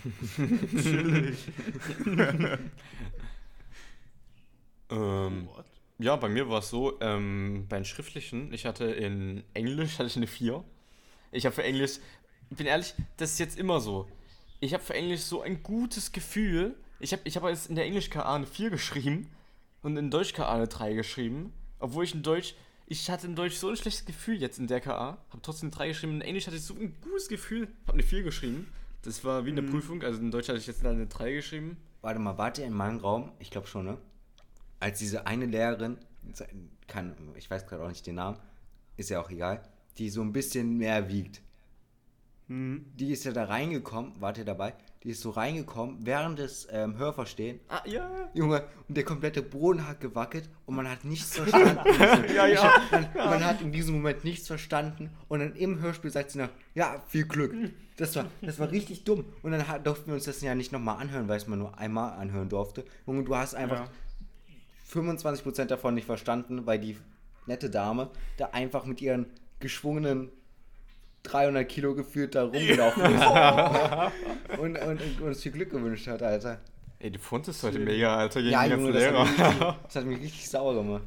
Ähm, What? ja, bei mir war es so, ähm, bei den Schriftlichen, ich hatte in Englisch hatte ich eine vier. Ich habe für Englisch, ich bin ehrlich, das ist jetzt immer so. Ich habe für Englisch so ein gutes Gefühl. Ich habe ich hab jetzt in der Englisch-K A eine vier geschrieben und in Deutsch-K A eine drei geschrieben. Obwohl ich in Deutsch, ich hatte in Deutsch so ein schlechtes Gefühl jetzt in der K A. Habe trotzdem eine drei geschrieben. In Englisch hatte ich so ein gutes Gefühl, habe eine vier geschrieben. Das war wie eine Mhm. Prüfung, also in Deutsch hatte ich jetzt eine drei geschrieben. Warte mal, wart ihr in meinem Raum? Ich glaube schon, ne? Als diese eine Lehrerin, kann, ich weiß gerade auch nicht den Namen, ist ja auch egal, die so ein bisschen mehr wiegt. Mhm. Die ist ja da reingekommen, wart ihr dabei? Die ist so reingekommen, während des ähm, Hörverstehen. Ah, ja. Junge, und der komplette Boden hat gewackelt und man hat nichts verstanden. Ja, Ich ja. hab, man, man hat in diesem Moment nichts verstanden und dann im Hörspiel sagt sie noch, ja, viel Glück. Das war, das war richtig dumm. Und dann hat, durften wir uns das ja nicht nochmal anhören, weil es man nur einmal anhören durfte. Junge, du hast einfach Ja. fünfundzwanzig Prozent davon nicht verstanden, weil die nette Dame da einfach mit ihren geschwungenen dreihundert Kilo gefühlt da rumgelaufen ist und, und, und uns viel Glück gewünscht hat, Alter. Ey, die Front ist heute mega, Alter, gegen Ja, die ganzen Junge, das hat, Lehrer. mich richtig, das hat mich richtig sauer gemacht.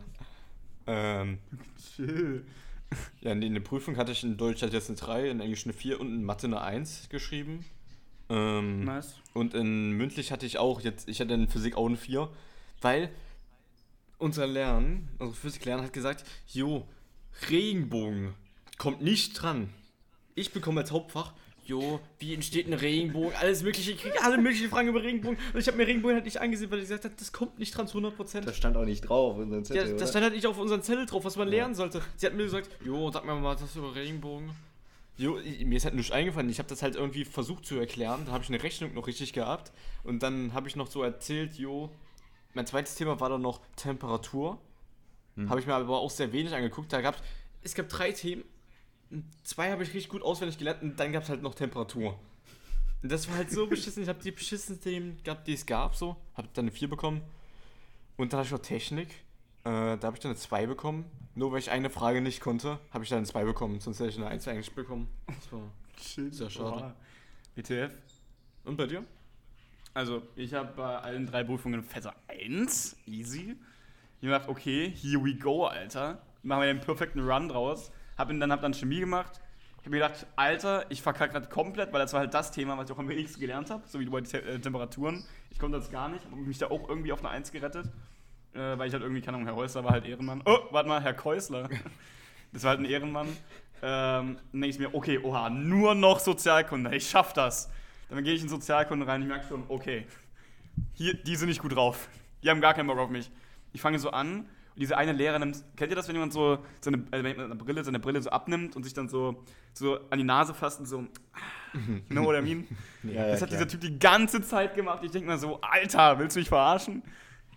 ähm, Chill. ja, in der Prüfung hatte ich in Deutsch halt jetzt eine drei, in Englisch eine vier und in Mathe eine eins geschrieben. Ähm, Nice. Und in mündlich hatte ich auch jetzt, ich hatte in Physik auch eine vier, weil unser Lernen, unsere Physiklehrerin hat gesagt, jo, Regenbogen kommt nicht dran. Ich bekomme als Hauptfach, jo, wie entsteht ein Regenbogen, alles mögliche, ich kriege alle möglichen Fragen über Regenbogen und ich habe mir Regenbogen halt nicht angesehen, weil ich gesagt habe, das kommt nicht dran zu hundert Prozent. Das stand auch nicht drauf in unserem Ja, Zettel, das oder? stand halt nicht auf unseren Zettel drauf, was man lernen sollte. Sie hat mir gesagt, jo, sag mir mal was über Regenbogen. Jo, ich- mir ist halt nichts eingefallen. Ich habe das halt irgendwie versucht zu erklären. Da habe ich eine Rechnung noch richtig gehabt. Und dann habe ich noch so erzählt, jo, mein zweites Thema war dann noch Temperatur. Habe ich mir aber auch sehr wenig angeguckt. Da gab's, es gab drei Themen. Zwei habe ich richtig gut auswendig gelernt und dann gab es halt noch Temperatur. Und das war halt so beschissen. Ich habe die beschissensten Themen gehabt, die es gab, so. Habe dann eine vier bekommen. Und dann hatte ich noch Technik. Äh, da habe ich dann eine zwei bekommen. Nur weil ich eine Frage nicht konnte, habe ich dann eine zwei bekommen. Sonst hätte ich eine eins eigentlich bekommen. Das war Chill. sehr schade. Oha. W T F? Und bei dir? Also, ich habe bei allen drei Prüfungen fette eins. Easy. Ich hab gedacht, okay, here we go, Alter. Machen wir den perfekten Run draus. Hab ihn dann, hab dann Chemie gemacht. Ich hab mir gedacht, Alter, ich verkacke gerade komplett, weil das war halt das Thema, was ich auch am wenigsten gelernt habe. So wie du bei den Te äh, Temperaturen. Ich konnte das gar nicht. Hab mich da auch irgendwie auf eine eins gerettet. Äh, weil ich halt irgendwie, keine Ahnung, Herr Häusler war halt Ehrenmann. Oh, warte mal, Herr Käusler. Das war halt ein Ehrenmann. Ähm, dann denke ich mir, okay, oha, nur noch Sozialkunde. Ich schaff das. Dann gehe ich in Sozialkunde rein und ich merke schon, okay, hier, die sind nicht gut drauf. Die haben gar keinen Bock auf mich. Ich fange so an und diese eine Lehrerin, kennt ihr das, wenn jemand so seine, äh, mit einer Brille, seine Brille so abnimmt und sich dann so, so an die Nase fasst und so, you know what I mean? Ja, ja, Das hat klar. dieser Typ die ganze Zeit gemacht. Ich denke mir so, Alter, willst du mich verarschen?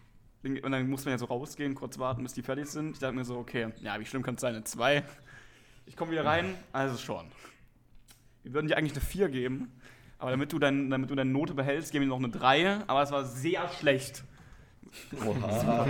Und dann muss man ja so rausgehen, kurz warten, bis die fertig sind. Ich dachte mir so, okay, ja, wie schlimm kann es sein? Eine zwei. Ich komme wieder rein, also schon. Wir würden dir eigentlich eine vier geben, aber damit du, dein, damit du deine Note behältst, geben wir noch eine drei, aber es war sehr schlecht. Oha.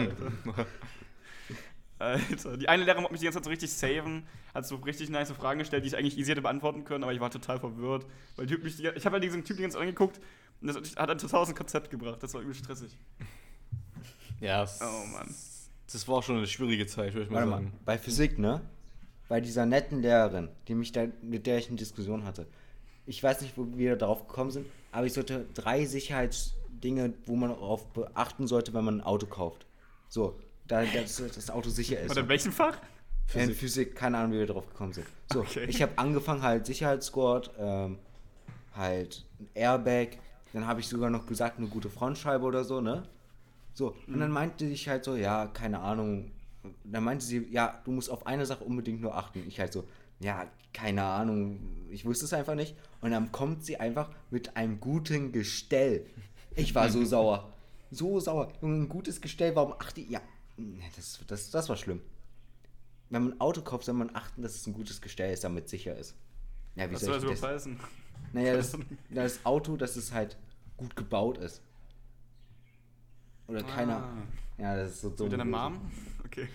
Alter, die eine Lehrerin hat mich die ganze Zeit so richtig saven, hat so richtig nice Fragen gestellt, die ich eigentlich easy hätte beantworten können, aber ich war total verwirrt. Weil Typ mich die, ich habe halt diesen Typ die ganze Zeit angeguckt und das hat ein total aus dem Konzept gebracht, das war übel stressig. Ja, es, Oh Mann. das war schon eine schwierige Zeit, würde ich mal Warte mal, sagen. bei Physik, ne? Bei dieser netten Lehrerin, die mich da, mit der ich eine Diskussion hatte. Ich weiß nicht, wo wir darauf gekommen sind, aber ich sollte drei Sicherheitsdinge, wo man darauf beachten sollte, wenn man ein Auto kauft. So, da dass das Auto sicher ist. Oder in welchem Fach? Physik. In Physik, keine Ahnung, wie wir darauf gekommen sind. So, Okay. ich habe angefangen halt Sicherheitsgurt, ähm, halt ein Airbag, dann habe ich sogar noch gesagt, eine gute Frontscheibe oder so, ne? So, und dann meinte ich halt so, ja, keine Ahnung. Dann meinte sie, ja, du musst auf eine Sache unbedingt nur achten. Ich halt so, ja, keine Ahnung, ich wusste es einfach nicht. Und dann kommt sie einfach mit einem guten Gestell. Ich war so sauer. So sauer. Junge, ein gutes Gestell, warum achte ich? Ja, das, das, das war schlimm. Wenn man ein Auto kauft, soll man achten, dass es ein gutes Gestell ist, damit es sicher ist. Ja, wie Was soll soll ich das das? überhaupt heißen? Naja, das, das Auto, dass es halt gut gebaut ist. Oder keiner. Ah. Ja, das ist so dumm. Mit deiner gewesen. Mom? Okay.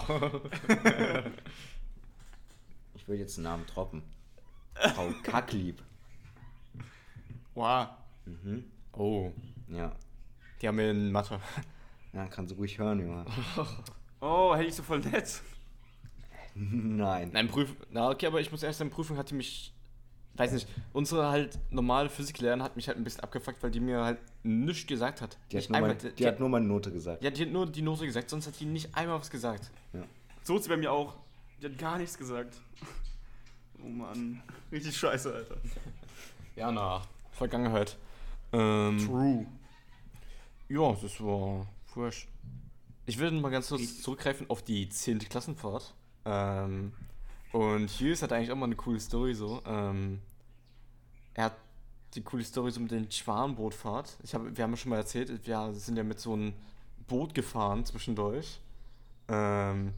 Ich will jetzt einen Namen droppen. Frau Kacklieb. Wow. Mhm. Oh, Ja. die haben wir in Mathe. Ja, kannst du ruhig hören, Junge. Oh, hätte ich so voll nett. Nein. Nein, Prüf... Na, okay, aber ich muss erst sagen, Prüfung hat die mich... Weiß nicht, unsere halt normale Physiklehrerin hat mich halt ein bisschen abgefuckt, weil die mir halt nichts gesagt hat. Die, hat Nicht nur, einmal, mein, die hat nur meine Note gesagt. ja, die hat nur die Note gesagt, sonst hat die nicht einmal was gesagt. Ja. So ist sie bei mir auch. Die hat gar nichts gesagt. Oh Mann. Richtig scheiße, Alter. Ja, na, Vergangenheit. Ähm, True. ja, das war frisch. Ich will mal ganz kurz zurückgreifen auf die zehnte Klassenfahrt. Ähm, und Hughes hat eigentlich auch mal eine coole Story so. Ähm, er hat die coole Story so mit den Schwanenbootfahrt. Ich hab, wir haben ja schon mal erzählt, wir sind ja mit so einem Boot gefahren zwischendurch. Ähm,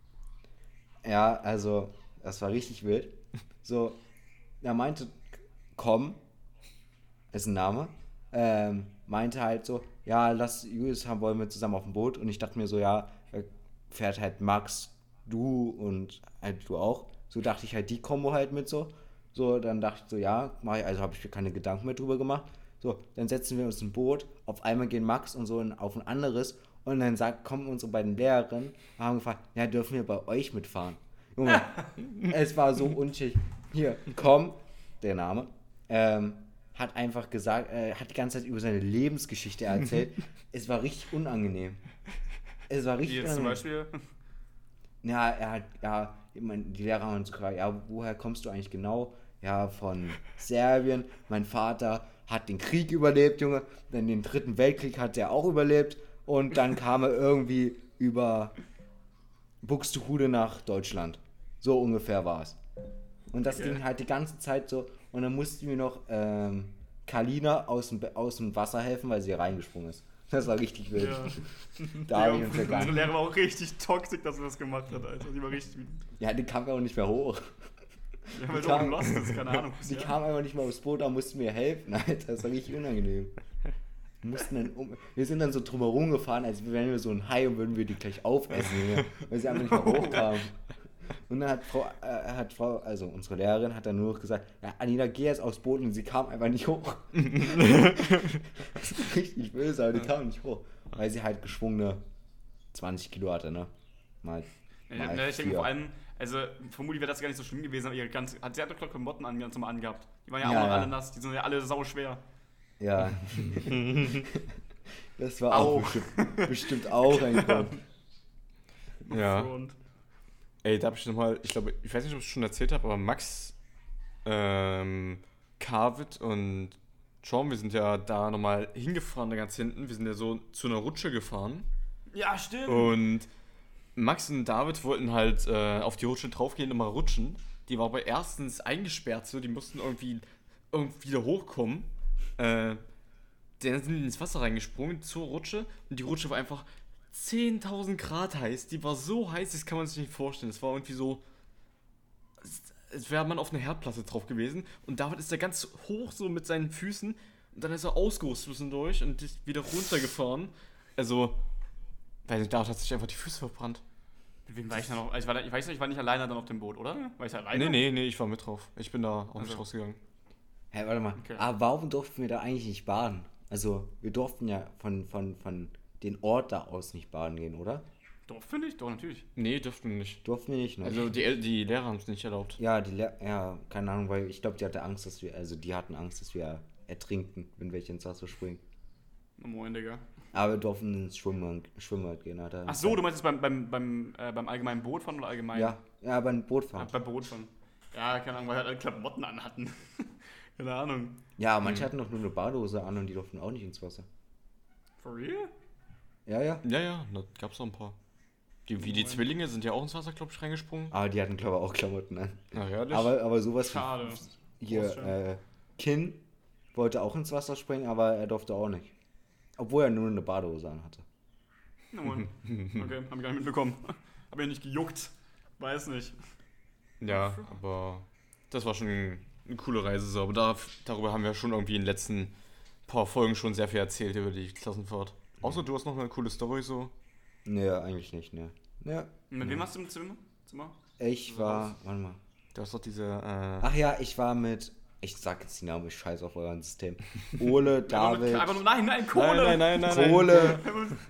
Ja, also, das war richtig wild. So, er meinte, komm, ist ein Name, ähm, meinte halt so, ja, lass Julius haben, wollen wir zusammen auf dem Boot. Und ich dachte mir so, ja, äh, fährt halt Max, du und halt du auch. So dachte ich halt die Kombo halt mit so. So, dann dachte ich so, ja, mach ich, also habe ich mir keine Gedanken mehr drüber gemacht. So, dann setzen wir uns ein Boot, auf einmal gehen Max und so in, auf ein anderes und dann sagt, kommen unsere beiden Lehrerinnen und haben gefragt, ja, dürfen wir bei euch mitfahren? Junge, es war so unschick. Hier, komm, der Name, ähm, hat einfach gesagt, äh, hat die ganze Zeit über seine Lebensgeschichte erzählt. Es war richtig unangenehm. Es war Wie richtig jetzt zum unangenehm. Beispiel? Ja, er hat, ja, ich mein, die Lehrer haben uns gefragt, ja, woher kommst du eigentlich genau? Ja, von Serbien. Mein Vater hat den Krieg überlebt, Junge. Dann den dritten Weltkrieg hat er auch überlebt. Und dann kam er irgendwie über Buxtehude nach Deutschland. So ungefähr war es. Und das Okay. ging halt die ganze Zeit so. Und dann mussten wir noch ähm, Kalina aus dem, aus dem Wasser helfen, weil sie reingesprungen ist. Das war richtig wild. Ja. Da habe Ja, ich uns unsere vergangen. Lehrerin war auch richtig toxisch, dass sie das gemacht hat, Alter. Die war richtig wütend. Ja, die kam auch nicht mehr hoch. Ja, weil Die du auch kam- lost ist, keine Ahnung. Die ja. kam einfach nicht mal aufs Boot, da mussten wir helfen, Alter. Das war richtig unangenehm. Wir, mussten dann um, wir sind dann so drumherum gefahren, als wären wir so ein Hai und würden wir die gleich aufessen, Junge, weil sie einfach nicht mehr hochkamen. Und dann hat Frau, äh, hat Frau, also unsere Lehrerin hat dann nur noch gesagt, ja, Anina, geh jetzt aufs Boot und sie kam einfach nicht hoch. Richtig böse, aber die kam nicht hoch. Weil sie halt geschwungene zwanzig Kilo hatte, ne? Mal, Ja, mal ja, ich denke vier. vor allem, also vermutlich wäre das gar nicht so schlimm gewesen, aber ihre ganz, hat sie hat doch Klamotten an, ganz normal angehabt. Die waren ja, Ja, auch noch ja. alle nass, die sind ja alle sau schwer. Ja. Das war auch, Auch. bestimmt, bestimmt auch ein Grund. ja. Und Ey, da hab ich nochmal, ich glaube, ich weiß nicht, ob ich es schon erzählt habe, aber Max, ähm, Carvit und Sean, wir sind ja da nochmal hingefahren, da ganz hinten. Wir sind ja so zu einer Rutsche gefahren. ja, stimmt. Und Max und David wollten halt äh, auf die Rutsche draufgehen und mal rutschen. Die war aber erstens eingesperrt, so, die mussten irgendwie, irgendwie wieder hochkommen. Äh, dann sind die ins Wasser reingesprungen zur Rutsche und die Rutsche war einfach zehntausend Grad heiß. Die war so heiß, das kann man sich nicht vorstellen. Es war irgendwie so, als wäre man auf einer Herdplatte drauf gewesen. Und David ist da ganz hoch so mit seinen Füßen. Und dann ist er ausgerutscht zwischendurch und ist wieder runtergefahren. Also, weiß nicht, David hat sich einfach die Füße verbrannt. Mit wem war ich da noch? Ich, war da, ich weiß nicht, ich war nicht alleine dann auf dem Boot, oder? War ich alleine? Nee, nee, nee, ich war mit drauf. Ich bin da auch Also. nicht rausgegangen. Hä, warte mal. Okay. Aber warum durften wir da eigentlich nicht baden? Also, wir durften ja von, von, von den Ort da aus nicht baden gehen, oder? Doch, finde ich, doch, natürlich. Nee, dürften wir nicht. Durften wir nicht, ne? Also die, El- die Lehrer haben es nicht erlaubt. Ja, die Le ja, keine Ahnung, weil ich glaube, die hatte Angst, dass wir, also die hatten Angst, dass wir ertrinken, wenn welche ins Wasser springen. Na moin, Digga. Aber wir durften ins Schwimmbad, Schwimmbad gehen, hat er. Ach so, du meinst jetzt beim, beim, beim, äh, beim allgemeinen Bootfahren oder allgemein? Ja, ja, aber ein Boot Ah, fahren. beim Bootfahren. Ja, keine Ahnung, weil halt alle Klamotten anhatten. Keine Ahnung. Ja, manche hatten doch nur eine Badehose an und die durften auch nicht ins Wasser. For real? Ja, ja. Ja, ja, da gab's noch ein paar. Die, wie die Moin. Zwillinge sind ja auch ins Wasser, glaube ich, reingesprungen. Aber die hatten, glaube ich, auch Klamotten an. Na, herrlich. Aber, aber sowas Schade. wie hier, Brauchst schon. äh, Kin wollte auch ins Wasser springen, aber er durfte auch nicht. Obwohl er nur eine Badehose anhatte. Na moin. Okay, hab ich gar nicht mitbekommen. Hab ja nicht gejuckt. Weiß nicht. ja, aber das war schon eine coole Reise so. Aber da, darüber haben wir schon irgendwie in den letzten paar Folgen schon sehr viel erzählt über die Klassenfahrt. Außer du hast noch eine coole Story so. Nee, eigentlich nicht, ne. Ja, Und mit wem hast du im Zimmer? Zimmer? ich war, warte mal. Du hast doch diese, äh, Ach ja, ich war mit, ich sag jetzt die Namen, ich scheiß auf euer System. Ole, David, Einfach nur, nein, nein, Kohle! nein, nein, nein, nein, Kohle,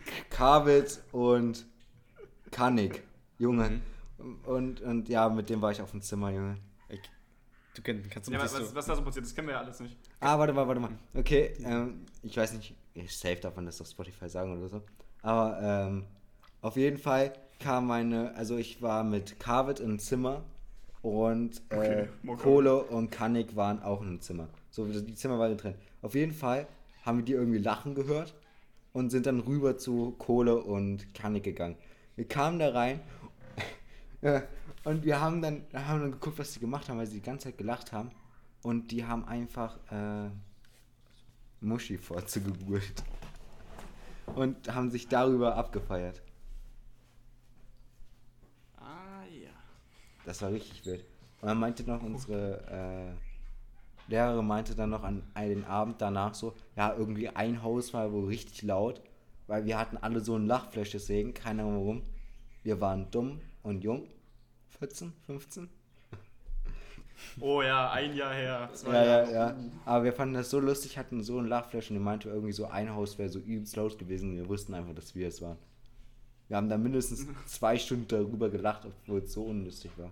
Kavit und Kanik. Junge. Und, und ja, mit dem war ich auf dem Zimmer, Junge. Ich, du kennst, kannst du Ja, nicht was, so. was da so passiert, das kennen wir ja alles nicht. Ah, warte mal, warte mal. Okay, ähm, ich weiß nicht, ich safe darf man das auf Spotify sagen oder so. Aber ähm, auf jeden Fall kam meine, also ich war mit Kavit im Zimmer und äh, Okay, Mokka. Kohle und Kanik waren auch im Zimmer. So, die Zimmer waren getrennt. Auf jeden Fall haben wir die irgendwie lachen gehört und sind dann rüber zu Kohle und Kanik gegangen. Wir kamen da rein ja, und wir haben dann, haben dann geguckt, was die gemacht haben, weil sie die ganze Zeit gelacht haben. Und die haben einfach äh, Muschi-Fotze gegoogelt. Und haben sich darüber abgefeiert. Ah, ja. Das war richtig wild. Und dann meinte noch unsere äh, Lehrerin meinte dann noch an einen Abend danach so, ja, irgendwie ein Haus war wohl richtig laut, weil wir hatten alle so ein Lachflash, deswegen, keine Ahnung warum. Wir waren dumm und jung. vierzehn, fünfzehn? Oh ja, ein Jahr her. Zwei Ja, ja, Jahre. ja. Aber wir fanden das so lustig, hatten so einen Lachflash und die meinte irgendwie so, ein Haus wäre so übelst laut gewesen und wir wussten einfach, dass wir es waren. Wir haben da mindestens zwei Stunden darüber gelacht, obwohl es so unlustig war.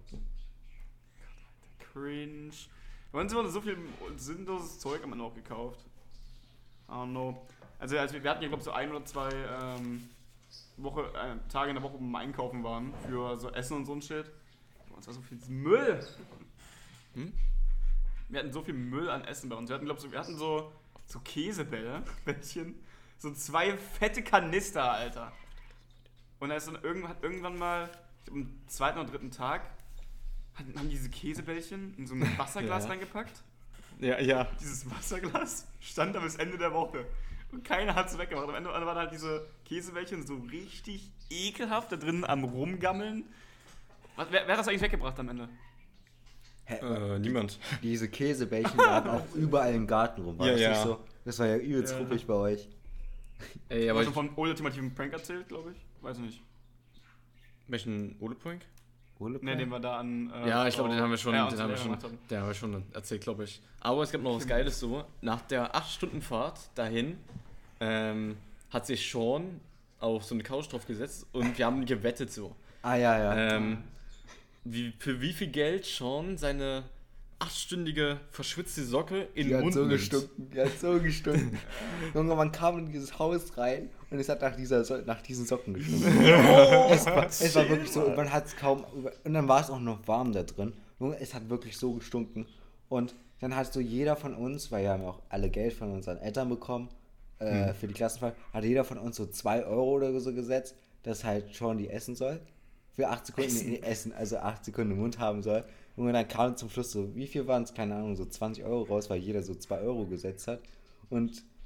Cringe. Bei uns immer so viel sinnloses Zeug am Ende auch gekauft. I don't know. Also, also wir hatten ja, glaube ich, so ein oder zwei ähm, Woche, äh, Tage in der Woche, wo wir einkaufen waren für so Essen und so ein Shit. Bei uns war so viel Müll. Hm? Wir hatten so viel Müll an Essen bei uns. Wir hatten, glaube ich, so, wir hatten so, so Käsebälle, Bällchen, so zwei fette Kanister, Alter. Und da ist dann irgendwann, hat irgendwann mal, ich glaub, am zweiten oder dritten Tag, hatten, haben diese Käsebällchen in so ein Wasserglas Ja. reingepackt. Ja, ja. Dieses Wasserglas stand da bis Ende der Woche. Und keiner hat es weggemacht. Am Ende waren halt diese Käsebällchen so richtig ekelhaft da drin am Rumgammeln. Was, wer, wer hat das eigentlich weggebracht am Ende? Hä, Äh, niemand. diese Käsebällchen lagen auch überall im Garten rum. War Ja, das ja. nicht so? Das war ja übelst Ja. ruppig bei euch. Ey, Ich aber habe ich, schon von ultimativen Prank erzählt, glaube ich. Weiß nicht. welchen Ole Prank? Ole Ne, den wir da an. Äh, Ja, ich glaube, den haben wir schon, ja, den uns haben wir Lehrer schon, gemacht haben. den haben wir schon erzählt, glaube ich. Aber es gab noch was Geiles so. Nach der acht Stunden Fahrt dahin ähm, hat sich Sean auf so eine Couch drauf gesetzt und wir haben gewettet so. Ah, ja, ja. Ähm, wie, für wie viel Geld Sean seine achtstündige verschwitzte Socke in Die den hat Mund so nimmt. gestunken, die hat so gestunken. Junge, man kam in dieses Haus rein und es hat nach, dieser so nach diesen Socken gestunken. es, war, es war wirklich so, und man hat es kaum, und dann war es auch noch warm da drin. Junge, es hat wirklich so gestunken. Und dann hat so jeder von uns, weil wir haben auch alle Geld von unseren Eltern bekommen, äh, für die Klassenfahrt, hat jeder von uns so zwei Euro oder so gesetzt, dass halt schon die essen soll. Für acht Sekunden essen, nee, essen also acht Sekunden im Mund haben soll. Und dann kam zum Schluss so, wie viel waren es? Keine Ahnung, so zwanzig Euro raus, weil jeder so zwei Euro gesetzt hat. Und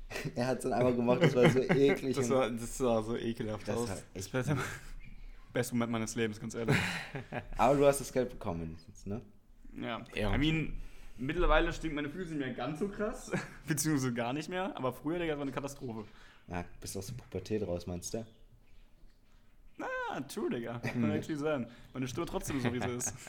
Er hat es dann einmal gemacht, das war so eklig. Das und war, das sah so ekelhaft das aus. war Das echt. war der beste Moment meines Lebens, ganz ehrlich. Aber du hast das Geld bekommen wenigstens, ne? Ja. Ja. I mean, mittlerweile stinken meine Füße nicht mehr ganz so krass. Beziehungsweise gar nicht mehr. Aber früher, Digga, das war eine Katastrophe. Ja, bist aus der Pubertät raus, meinst du? Ah, true, Digga. Kann actually sein. Meine Stimme trotzdem so, wie sie ist.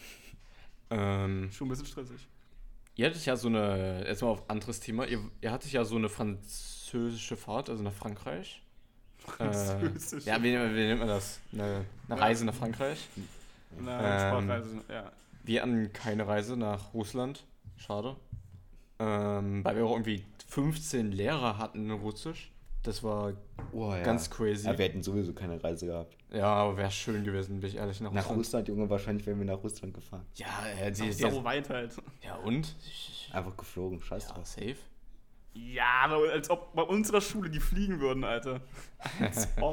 Ähm, Schon ein bisschen stressig. ihr hattet ja so eine, erstmal auf anderes Thema, ihr, ihr hattet ja so eine französische Fahrt, also nach Frankreich. Französisch. Äh, ja, wie, wie nennt man das? Eine, eine Ja. Reise nach Frankreich. Na, Ähm, Sprachreise, ja. Wir hatten keine Reise nach Russland. Schade. Ähm, weil wir auch irgendwie fünfzehn Lehrer hatten in Russisch. Das war Oh, ja. ganz crazy. Ja, wir hätten sowieso keine Reise gehabt. Ja, aber wäre schön gewesen, bin ich ehrlich, nach, Nach Russland. Russland, Junge, wahrscheinlich wären wir nach Russland gefahren. Ja, äh, die, die, Sau weit halt. ja und? Einfach geflogen, scheiß Ja, drauf. safe. Ja, aber als ob bei unserer Schule die fliegen würden, Alter. Als ob.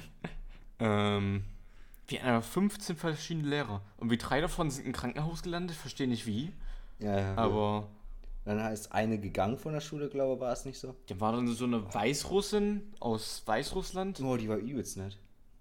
Ähm, wir hatten aber fünfzehn verschiedene Lehrer. Und wie drei davon sind im Krankenhaus gelandet, verstehe nicht wie. Ja, ja. Aber Dann ist eine gegangen von der Schule, glaube ich, war es nicht so? da war dann so eine Weißrussin aus Weißrussland. Oh, die war übelst nett.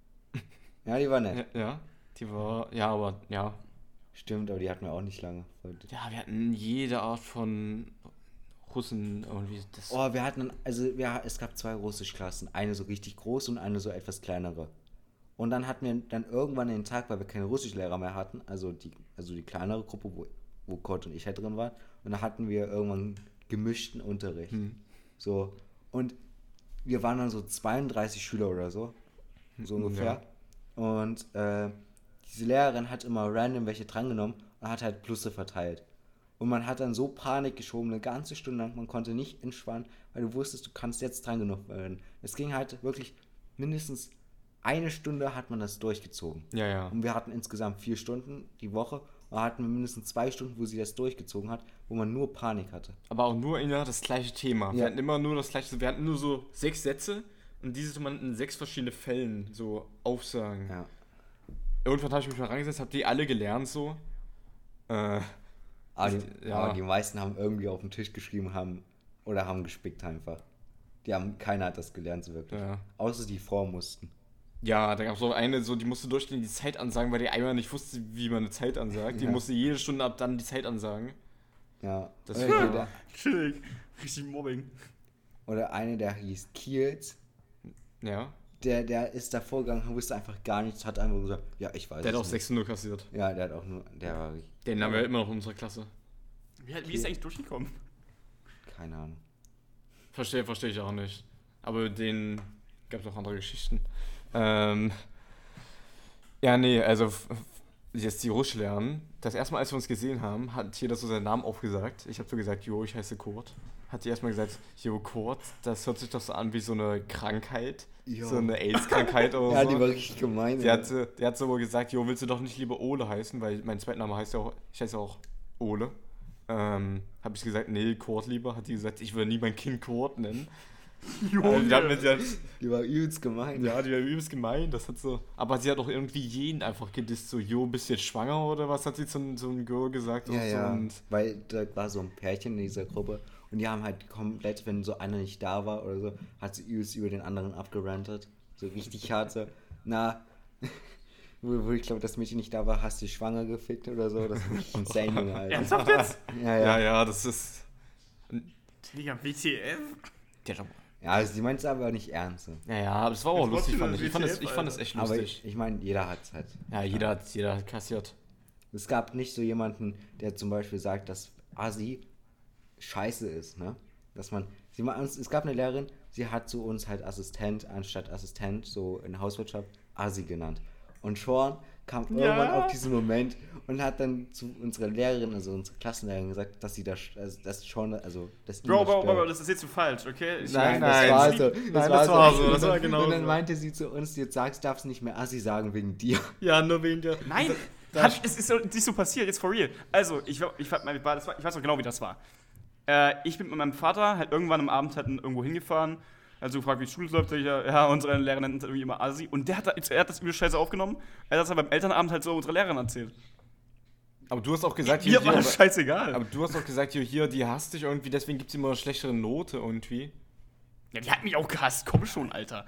Ja, die war nett. Ja, ja, die war, ja, aber, ja. Stimmt, aber die hatten wir auch nicht lange. Ja, wir hatten jede Art von Russen irgendwie. Das, Oh, wir hatten, also ja, es gab zwei Russischklassen. Eine so richtig groß und eine so etwas kleinere. Und dann hatten wir dann irgendwann den Tag, weil wir keine Russischlehrer mehr hatten, also die, also die kleinere Gruppe, wo, wo Kurt und ich halt drin waren. Und da hatten wir irgendwann gemischten Unterricht. Hm. So, und wir waren dann so zweiunddreißig Schüler oder so, so ungefähr. Und äh, diese Lehrerin hat immer random welche drangenommen und hat halt Plusse verteilt. Und man hat dann so Panik geschoben, eine ganze Stunde lang, man konnte nicht entspannen, weil du wusstest, du kannst jetzt drangenommen werden. Es ging halt wirklich mindestens eine Stunde hat man das durchgezogen. Ja, ja. Und wir hatten insgesamt vier Stunden die Woche und hatten wir mindestens zwei Stunden, wo sie das durchgezogen hat, wo man nur Panik hatte. Aber auch nur immer das gleiche Thema. Wir Ja. hatten immer nur das gleiche, wir hatten nur so sechs Sätze und diese man in sechs verschiedene Fällen so aufsagen. Ja. Irgendwann habe ich mich mal reingesetzt, habe die alle gelernt so. Äh, Aber die, Ja. aber die meisten haben irgendwie auf den Tisch geschrieben haben oder haben gespickt einfach. Die haben, keiner hat das gelernt so wirklich. Ja. Außer die Frau mussten. Ja, da gab es so eine, so, die musste durchgehend die Zeit ansagen, weil die einmal nicht wusste, wie man eine Zeit ansagt. Die Ja. musste jede Stunde ab dann die Zeit ansagen. Ja. Das oder, war- jeder, Chillig. Richtig Mobbing. oder eine, der hieß Kiels, Ja. der, der ist davor gegangen, wusste einfach gar nichts, hat einfach gesagt, ja, ich weiß Der hat es auch nicht. sechs null kassiert. Ja, der hat auch nur, der war richtig, Den haben wir immer noch in unserer Klasse. Wie, wie ist er eigentlich durchgekommen? keine Ahnung. Verstehe, verstehe ich auch nicht. Aber den gab es auch andere Geschichten. Ähm, ja, nee, also f- f- jetzt die Russisch lernen. Das erste Mal, als wir uns gesehen haben, hat jeder so seinen Namen aufgesagt. Ich habe so gesagt, jo, ich heiße Kurt. Hat die erstmal gesagt, jo, Kurt, das hört sich doch so an wie so eine Krankheit. Jo. So eine AIDS-Krankheit oder Ja, so. die war richtig gemein. Die hat, so- die hat so wohl gesagt, jo, willst du doch nicht lieber Ole heißen, weil mein Zweitname heißt ja auch, ich heiße auch Ole. Ähm, habe ich gesagt, nee, Kurt lieber. Hat die gesagt, ich will nie mein Kind Kurt nennen. Also, die hat mit der, Die war übelst gemein. ja, die war übelst gemein, das hat so. Aber sie hat auch irgendwie jeden einfach gedisst, so, jo, bist du jetzt schwanger oder was, hat sie zu so einem Girl gesagt. Ja, oder so. ja, Und weil da war so ein Pärchen in dieser Gruppe und die haben halt komplett, wenn so einer nicht da war oder so, hat sie übelst über den anderen abgerantet. So richtig hart so, na, wo, wo ich glaube, das Mädchen nicht da war, hast du schwanger gefickt oder so, das ist wirklich insane, Junge, Alter. Ernsthaft jetzt? Ja, ja, ja. ja, das ist. Digga, W T F? Der hat- Ja, also sie meint es aber nicht ernst. So. Ja, ja, aber es war auch Jetzt lustig, trotzdem fand ich. Ich fand, das es, ich fand es echt Aber lustig. ich, ich meine, jeder hat es halt. Ja, jeder hat, jeder hat kassiert. Es gab nicht so jemanden, der zum Beispiel sagt, dass Asi scheiße ist, ne? Dass man, sie mal, es gab eine Lehrerin, sie hat zu uns halt Assistent anstatt Assistent, so in Hauswirtschaft, Asi genannt. Und Sean kam Ja. irgendwann auf diesen Moment und hat dann zu unserer Lehrerin, also unserer Klassenlehrerin gesagt, dass sie das, also, dass Sean, also, dass ihn Bro, das Bro, stört. Bro, das ist jetzt so falsch, okay? Ich Nein, das nein, war sie- so. nein, das war so, das Und war dann- genau Und dann so. meinte sie zu uns, jetzt sagst, darfst du nicht mehr Assi sagen wegen dir. Ja, nur wegen der. Nein, Da- hat, es ist so, nicht so passiert, jetzt for real. Also, ich, war- ich, war- mein- das war, ich weiß noch genau, wie das war. Äh, ich bin mit meinem Vater halt irgendwann am Abend halt irgendwo hingefahren. Also gefragt, wie die Schule läuft. Ich, ja, ja, unsere Lehrerin nennt uns irgendwie immer Asi. Und der hat, da- er hat das übel scheiße aufgenommen. Er hat das dann beim Elternabend halt so unserer Lehrerin erzählt. Aber du hast auch gesagt, Mir war das scheißegal. aber du hast auch gesagt, jo, hier, die hasst dich irgendwie, deswegen gibt es immer eine schlechtere Note irgendwie. Ja, die hat mich auch gehasst. Komm schon, Alter.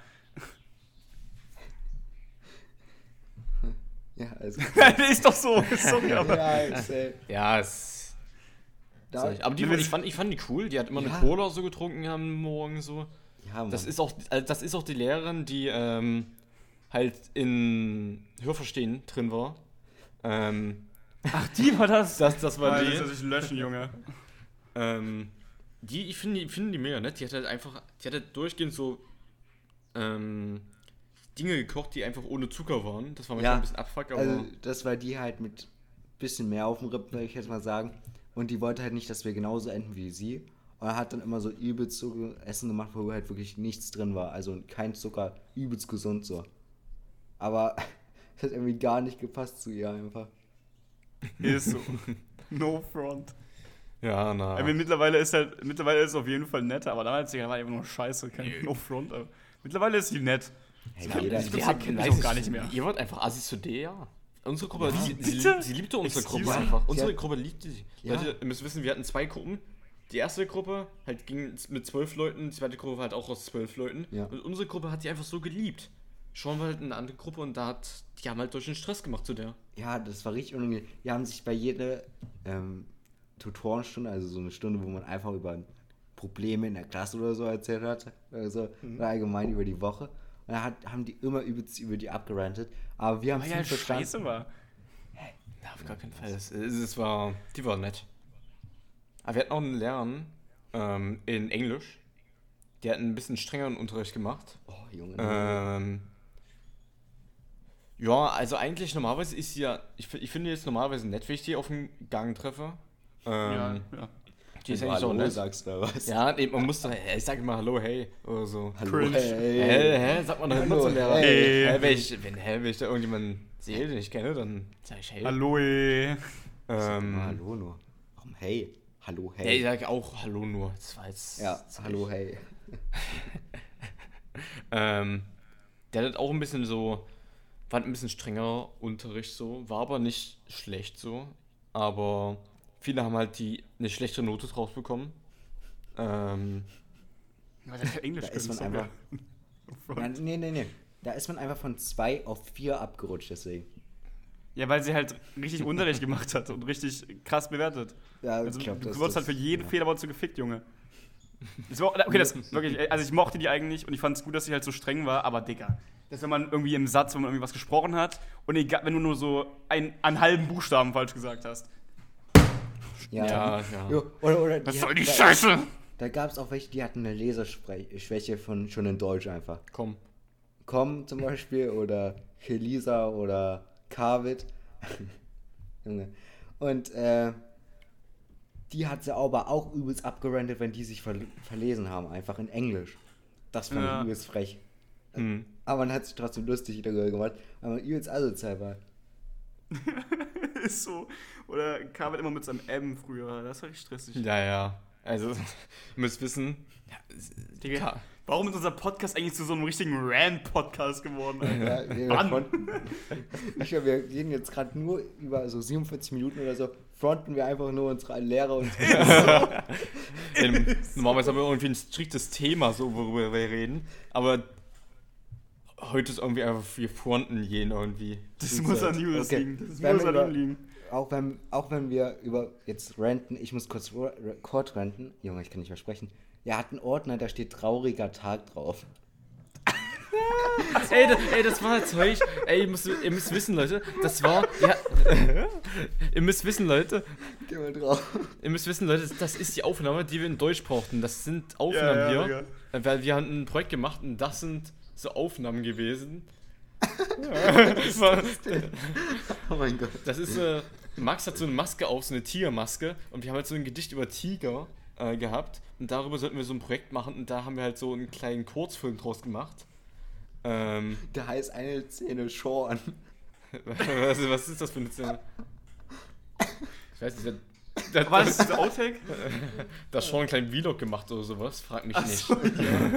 Ja, alles klar. Ist doch so. Sorry, aber. Ja, ist, äh, Ja, es. da, Sag ich. Aber die, ich, fand, ich fand die cool. Die hat immer Ja. eine Cola so getrunken am Morgen so. ja, Mann. Das ist auch, also das ist auch die Lehrerin, die ähm, halt in Hörverstehen drin war. Ähm, Ach, die war das? das, das war Nein, die. das soll sich löschen, Junge. Ähm, die, ich finde die, find die mega nett. Die hat halt einfach, die hat halt durchgehend so ähm, Dinge gekocht, die einfach ohne Zucker waren. Das war manchmal Ja, ein bisschen abfuck, aber Also, das war die halt mit bisschen mehr auf dem Rippen, würde ich jetzt mal sagen. Und die wollte halt nicht, dass wir genauso enden wie sie. Und er hat dann immer so übelst so Essen gemacht, wo halt wirklich nichts drin war. Also kein Zucker, übelst gesund so. Aber es hat irgendwie gar nicht gepasst zu ihr einfach. Ist so. No front. ja, na. Ich meine, mittlerweile ist halt, mittlerweile ist es auf jeden Fall netter, aber damals die war einfach nur scheiße, kein No front. Aber mittlerweile ist sie nett. Hey, Ja, jeder, ich Wir glaub, hatten- sie kennt mich weiß auch ich- gar nicht mehr. Ihr wart einfach Assis zu D, ja. Unsere Gruppe, Ja, sie, bitte? sie, sie liebte unsere Excuse Gruppe me? einfach. Sie Unsere hat- Gruppe liebte sie. Ja. Leute, ihr müsst wissen, wir hatten zwei Gruppen. Die erste Gruppe halt ging mit zwölf Leuten, die zweite Gruppe war halt auch aus zwölf Leuten. Ja. Und unsere Gruppe hat die einfach so geliebt. Sean war halt eine andere Gruppe und da hat, die haben halt durch den Stress gemacht zu der. ja, das war richtig unangenehm. Die haben sich bei jeder ähm, Tutorenstunde, also so eine Stunde, wo man einfach über Probleme in der Klasse oder so erzählt hat, also Mhm. oder allgemein über die Woche. Und da hat, haben die immer übelst über die abgerantet. Aber wir haben Weil es ja nicht verstanden. scheiße war. Ja, auf gar keinen Fall. Es, es, es war, die war nett. Aber wir hatten auch einen Lehrer ähm, in Englisch. Der hat ein bisschen strengeren Unterricht gemacht. Oh, Junge. Ähm, ja, also eigentlich normalerweise ist sie ja, ich, fi- ich finde jetzt normalerweise nett, wenn ich die auf dem Gang treffe. Ähm, Ja, ja. Die ist Wenn du eigentlich auch Hallo nett. sagst du was? Ja, nee, man muss doch, ich sag immer Hallo, hey, oder so. Hallo, Cringe. hey. Hä, hä, sagt man doch immer Hallo, zum Lehrer. hey. Hä, wenn ich, wenn, hä, wenn ich da irgendjemanden sehe, den ich kenne, dann sag ich hey. Hallo, ey. Sag Ähm, mal Hallo nur. Warum hey? Hallo, ja, hey. ich sag auch Hallo nur. Das war jetzt. Ja, das war hallo, ich. hey. Ähm, der hat auch ein bisschen so, war ein bisschen strenger Unterricht so, war aber nicht schlecht so, aber viele haben halt die eine schlechtere Note drauf bekommen. Ähm, Was hat der Englisch Da ist man können, einfach. sorry. Ja, nee, nee, nee. Da ist man einfach von zwei auf vier abgerutscht, deswegen. Ja, weil sie halt richtig Unterricht gemacht hat und richtig krass bewertet. Ja, Also, ich glaub, du das wurdest halt das- für jeden ja. Fehler wurdest du gefickt, Junge. Das war, okay, das wirklich, also ich mochte die eigentlich und ich fand es gut, dass sie halt so streng war, aber Digga. Das, wenn man irgendwie im Satz, wenn man irgendwie was gesprochen hat und egal, wenn du nur so ein, einen halben Buchstaben falsch gesagt hast. Ja, Ja, ja. Jo, oder, oder die Was soll hatten- die da- Scheiße? Da gab es auch welche, die hatten eine Leserschwäche von schon in Deutsch einfach. komm. Com zum Beispiel oder Elisa oder Carvid. Junge. Und äh, die hat sie aber auch übelst abgerantet, wenn die sich verl verlesen haben, einfach in Englisch. Das fand Ja. ich übelst frech. Hm. Aber man hat sich trotzdem lustig darüber gemacht, weil man übelst asozial war. Ist so. Oder Carver immer mit seinem M früher. Das war richtig stressig. Ja, ja. Also, ihr müsst wissen. Ja, es- Digga, Ka- warum ist unser Podcast eigentlich zu so einem richtigen Rant-Podcast geworden? Alter? Ja, wir Wann? fronten- ich glaube, wir gehen jetzt gerade nur über so siebenundvierzig Minuten oder so, fronten wir einfach nur unsere Lehrer und Ähm, normalerweise haben wir irgendwie ein striktes Thema, so worüber wir reden, aber heute ist irgendwie einfach, wir fronten jeden irgendwie. Das ist muss halt- an Julius okay. liegen. Das Wenn muss wir an über- ihm liegen. auch wenn, auch wenn wir über jetzt ranten, ich muss kurz ra- ra- kurz ranten, Junge, ich kann nicht mehr sprechen. Er hat einen Ordner, da steht trauriger Tag drauf. Ey, das, ey, das war Zeug. Ey, ihr müsst, ihr müsst wissen, Leute, das war. Ja, ihr müsst wissen, Leute, Geh mal drauf. ihr müsst wissen, Leute, das ist die Aufnahme, die wir in Deutsch brauchten. Das sind Aufnahmen Ja, ja, hier. Äh, Weil wir haben ein Projekt gemacht und das sind so Aufnahmen gewesen. Ja, das, war, Oh mein Gott. das ist, äh, Max hat so eine Maske auf, so eine Tigermaske, und wir haben halt so ein Gedicht über Tiger äh, gehabt, und darüber sollten wir so ein Projekt machen, und da haben wir halt so einen kleinen Kurzfilm draus gemacht. Ähm, Da heißt eine Szene Sean. was, was ist das für eine Szene? Ich weiß nicht, der, der, Was ist das Outtake? da schon einen kleinen Vlog gemacht oder sowas, frag mich Ach nicht. so.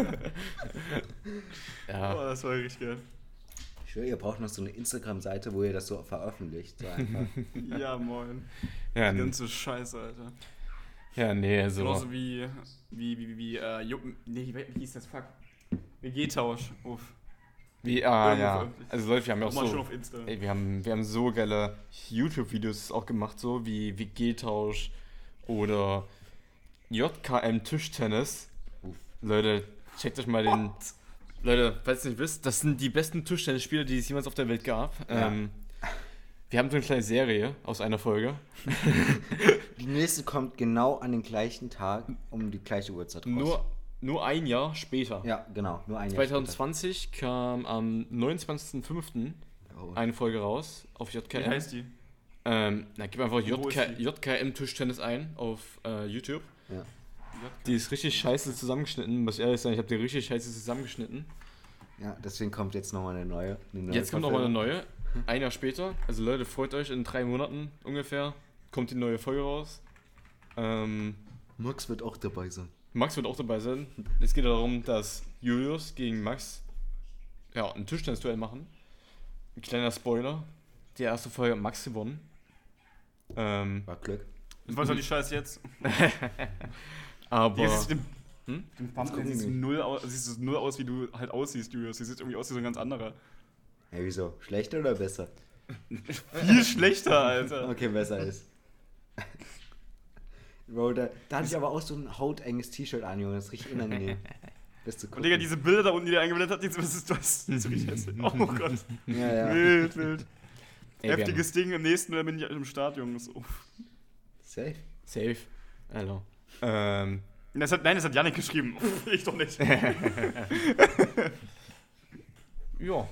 Ja. Oh, das war richtig geil. Ich schwöre, ihr braucht noch so eine Instagram-Seite, wo ihr das so veröffentlicht. So einfach. Ja, moin. Ja, Die n- ganze Scheiße, Alter. Ja, nee, also. Genauso wie, wie, wie, wie, wie, äh, Jupp, nee, wie, wie hieß das, fuck? W G-Tausch. Uff. Wie, ah, Irgendwo ja. veröffentlicht. Also Leute, wir haben ja auch Auch mal so. schon auf Insta. Ey, wir haben, wir haben so geile YouTube-Videos auch gemacht, so wie W G-Tausch oder J K M-Tischtennis. Uff. Leute, checkt euch mal den. Leute, falls ihr nicht wisst, das sind die besten Tischtennisspieler, die es jemals auf der Welt gab. Ja. Ähm, wir haben so eine kleine Serie aus einer Folge. Die nächste kommt genau an den gleichen Tag um die gleiche Uhrzeit raus. Nur, nur ein Jahr später. Ja, genau, nur ein Jahr zwanzig zwanzig kam am neunundzwanzigsten fünften später. Oh. eine Folge raus auf J K Wie M. heißt die? Ähm, na, gib einfach Und wo J K, ist die? J K M Tischtennis ein auf äh, YouTube. Ja. Die ist richtig scheiße zusammengeschnitten. Muss ich ehrlich sagen, ich habe die richtig scheiße zusammengeschnitten. ja, deswegen kommt jetzt nochmal eine neue. Eine neue Jetzt kommt nochmal eine Verfilmung. neue. Ein Jahr später. Also Leute, freut euch, in drei Monaten ungefähr kommt die neue Folge raus. Ähm, Max wird auch dabei sein. Max wird auch dabei sein. Es geht darum, dass Julius gegen Max ja, ein Tischtennis-Duell machen. Ein kleiner Spoiler. Die erste Folge hat Max gewonnen. Ähm, War Glück. Was soll die Scheiße jetzt? aber... Hier siehst du Hm? den Bump, gucken siehst du wir. null aus, siehst du null aus, wie du halt aussiehst, Julius. Du siehst irgendwie aus wie so ein ganz anderer. Hey, wieso? Schlechter oder besser? Viel schlechter, Alter. Okay, besser ist. Bro, da, da hatte ich aber auch so ein hautenges T-Shirt an, Junge. Das ist richtig unangenehm. Das zu Und gucken. Digga, diese Bilder da unten, die der eingeblendet hat, die, was ist das? Das ist so richtig hässlich. Oh Gott. Ja, ja. Wild, wild. Ey, wir Heftiges Ding, im nächsten Mal bin ich im Stadion. So. Safe. Safe. Hallo. Ähm, Das hat, nein, das hat Yannick geschrieben. Ich doch nicht. ja.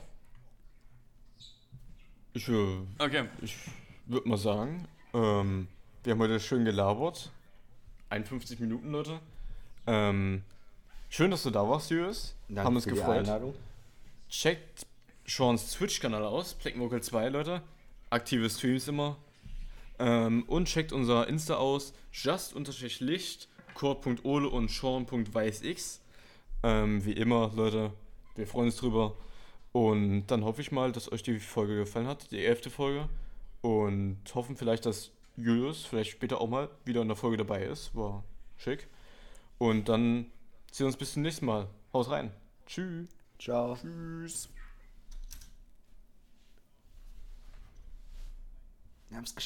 Ich, äh, Okay. ich würde mal sagen, ähm, wir haben heute schön gelabert. einundfünfzig Minuten, Leute. Ähm, schön, dass du da warst, Julius. Danke haben uns für die gefreut. Einladung. Checkt Sean's Twitch-Kanal aus, Pleckenvocal zwei, Leute. Aktive Streams immer. Ähm, und checkt unser Insta aus, just-licht, core.ole und sean.weißx. Ähm, wie immer, Leute, wir freuen uns drüber. Und dann hoffe ich mal, dass euch die Folge gefallen hat, die elfte Folge. Und hoffen vielleicht, dass Julius vielleicht später auch mal wieder in der Folge dabei ist. War schick. Und dann sehen wir uns bis zum nächsten Mal. Haut rein. Tschüss. Ciao. Tschüss. Wir haben es geschafft.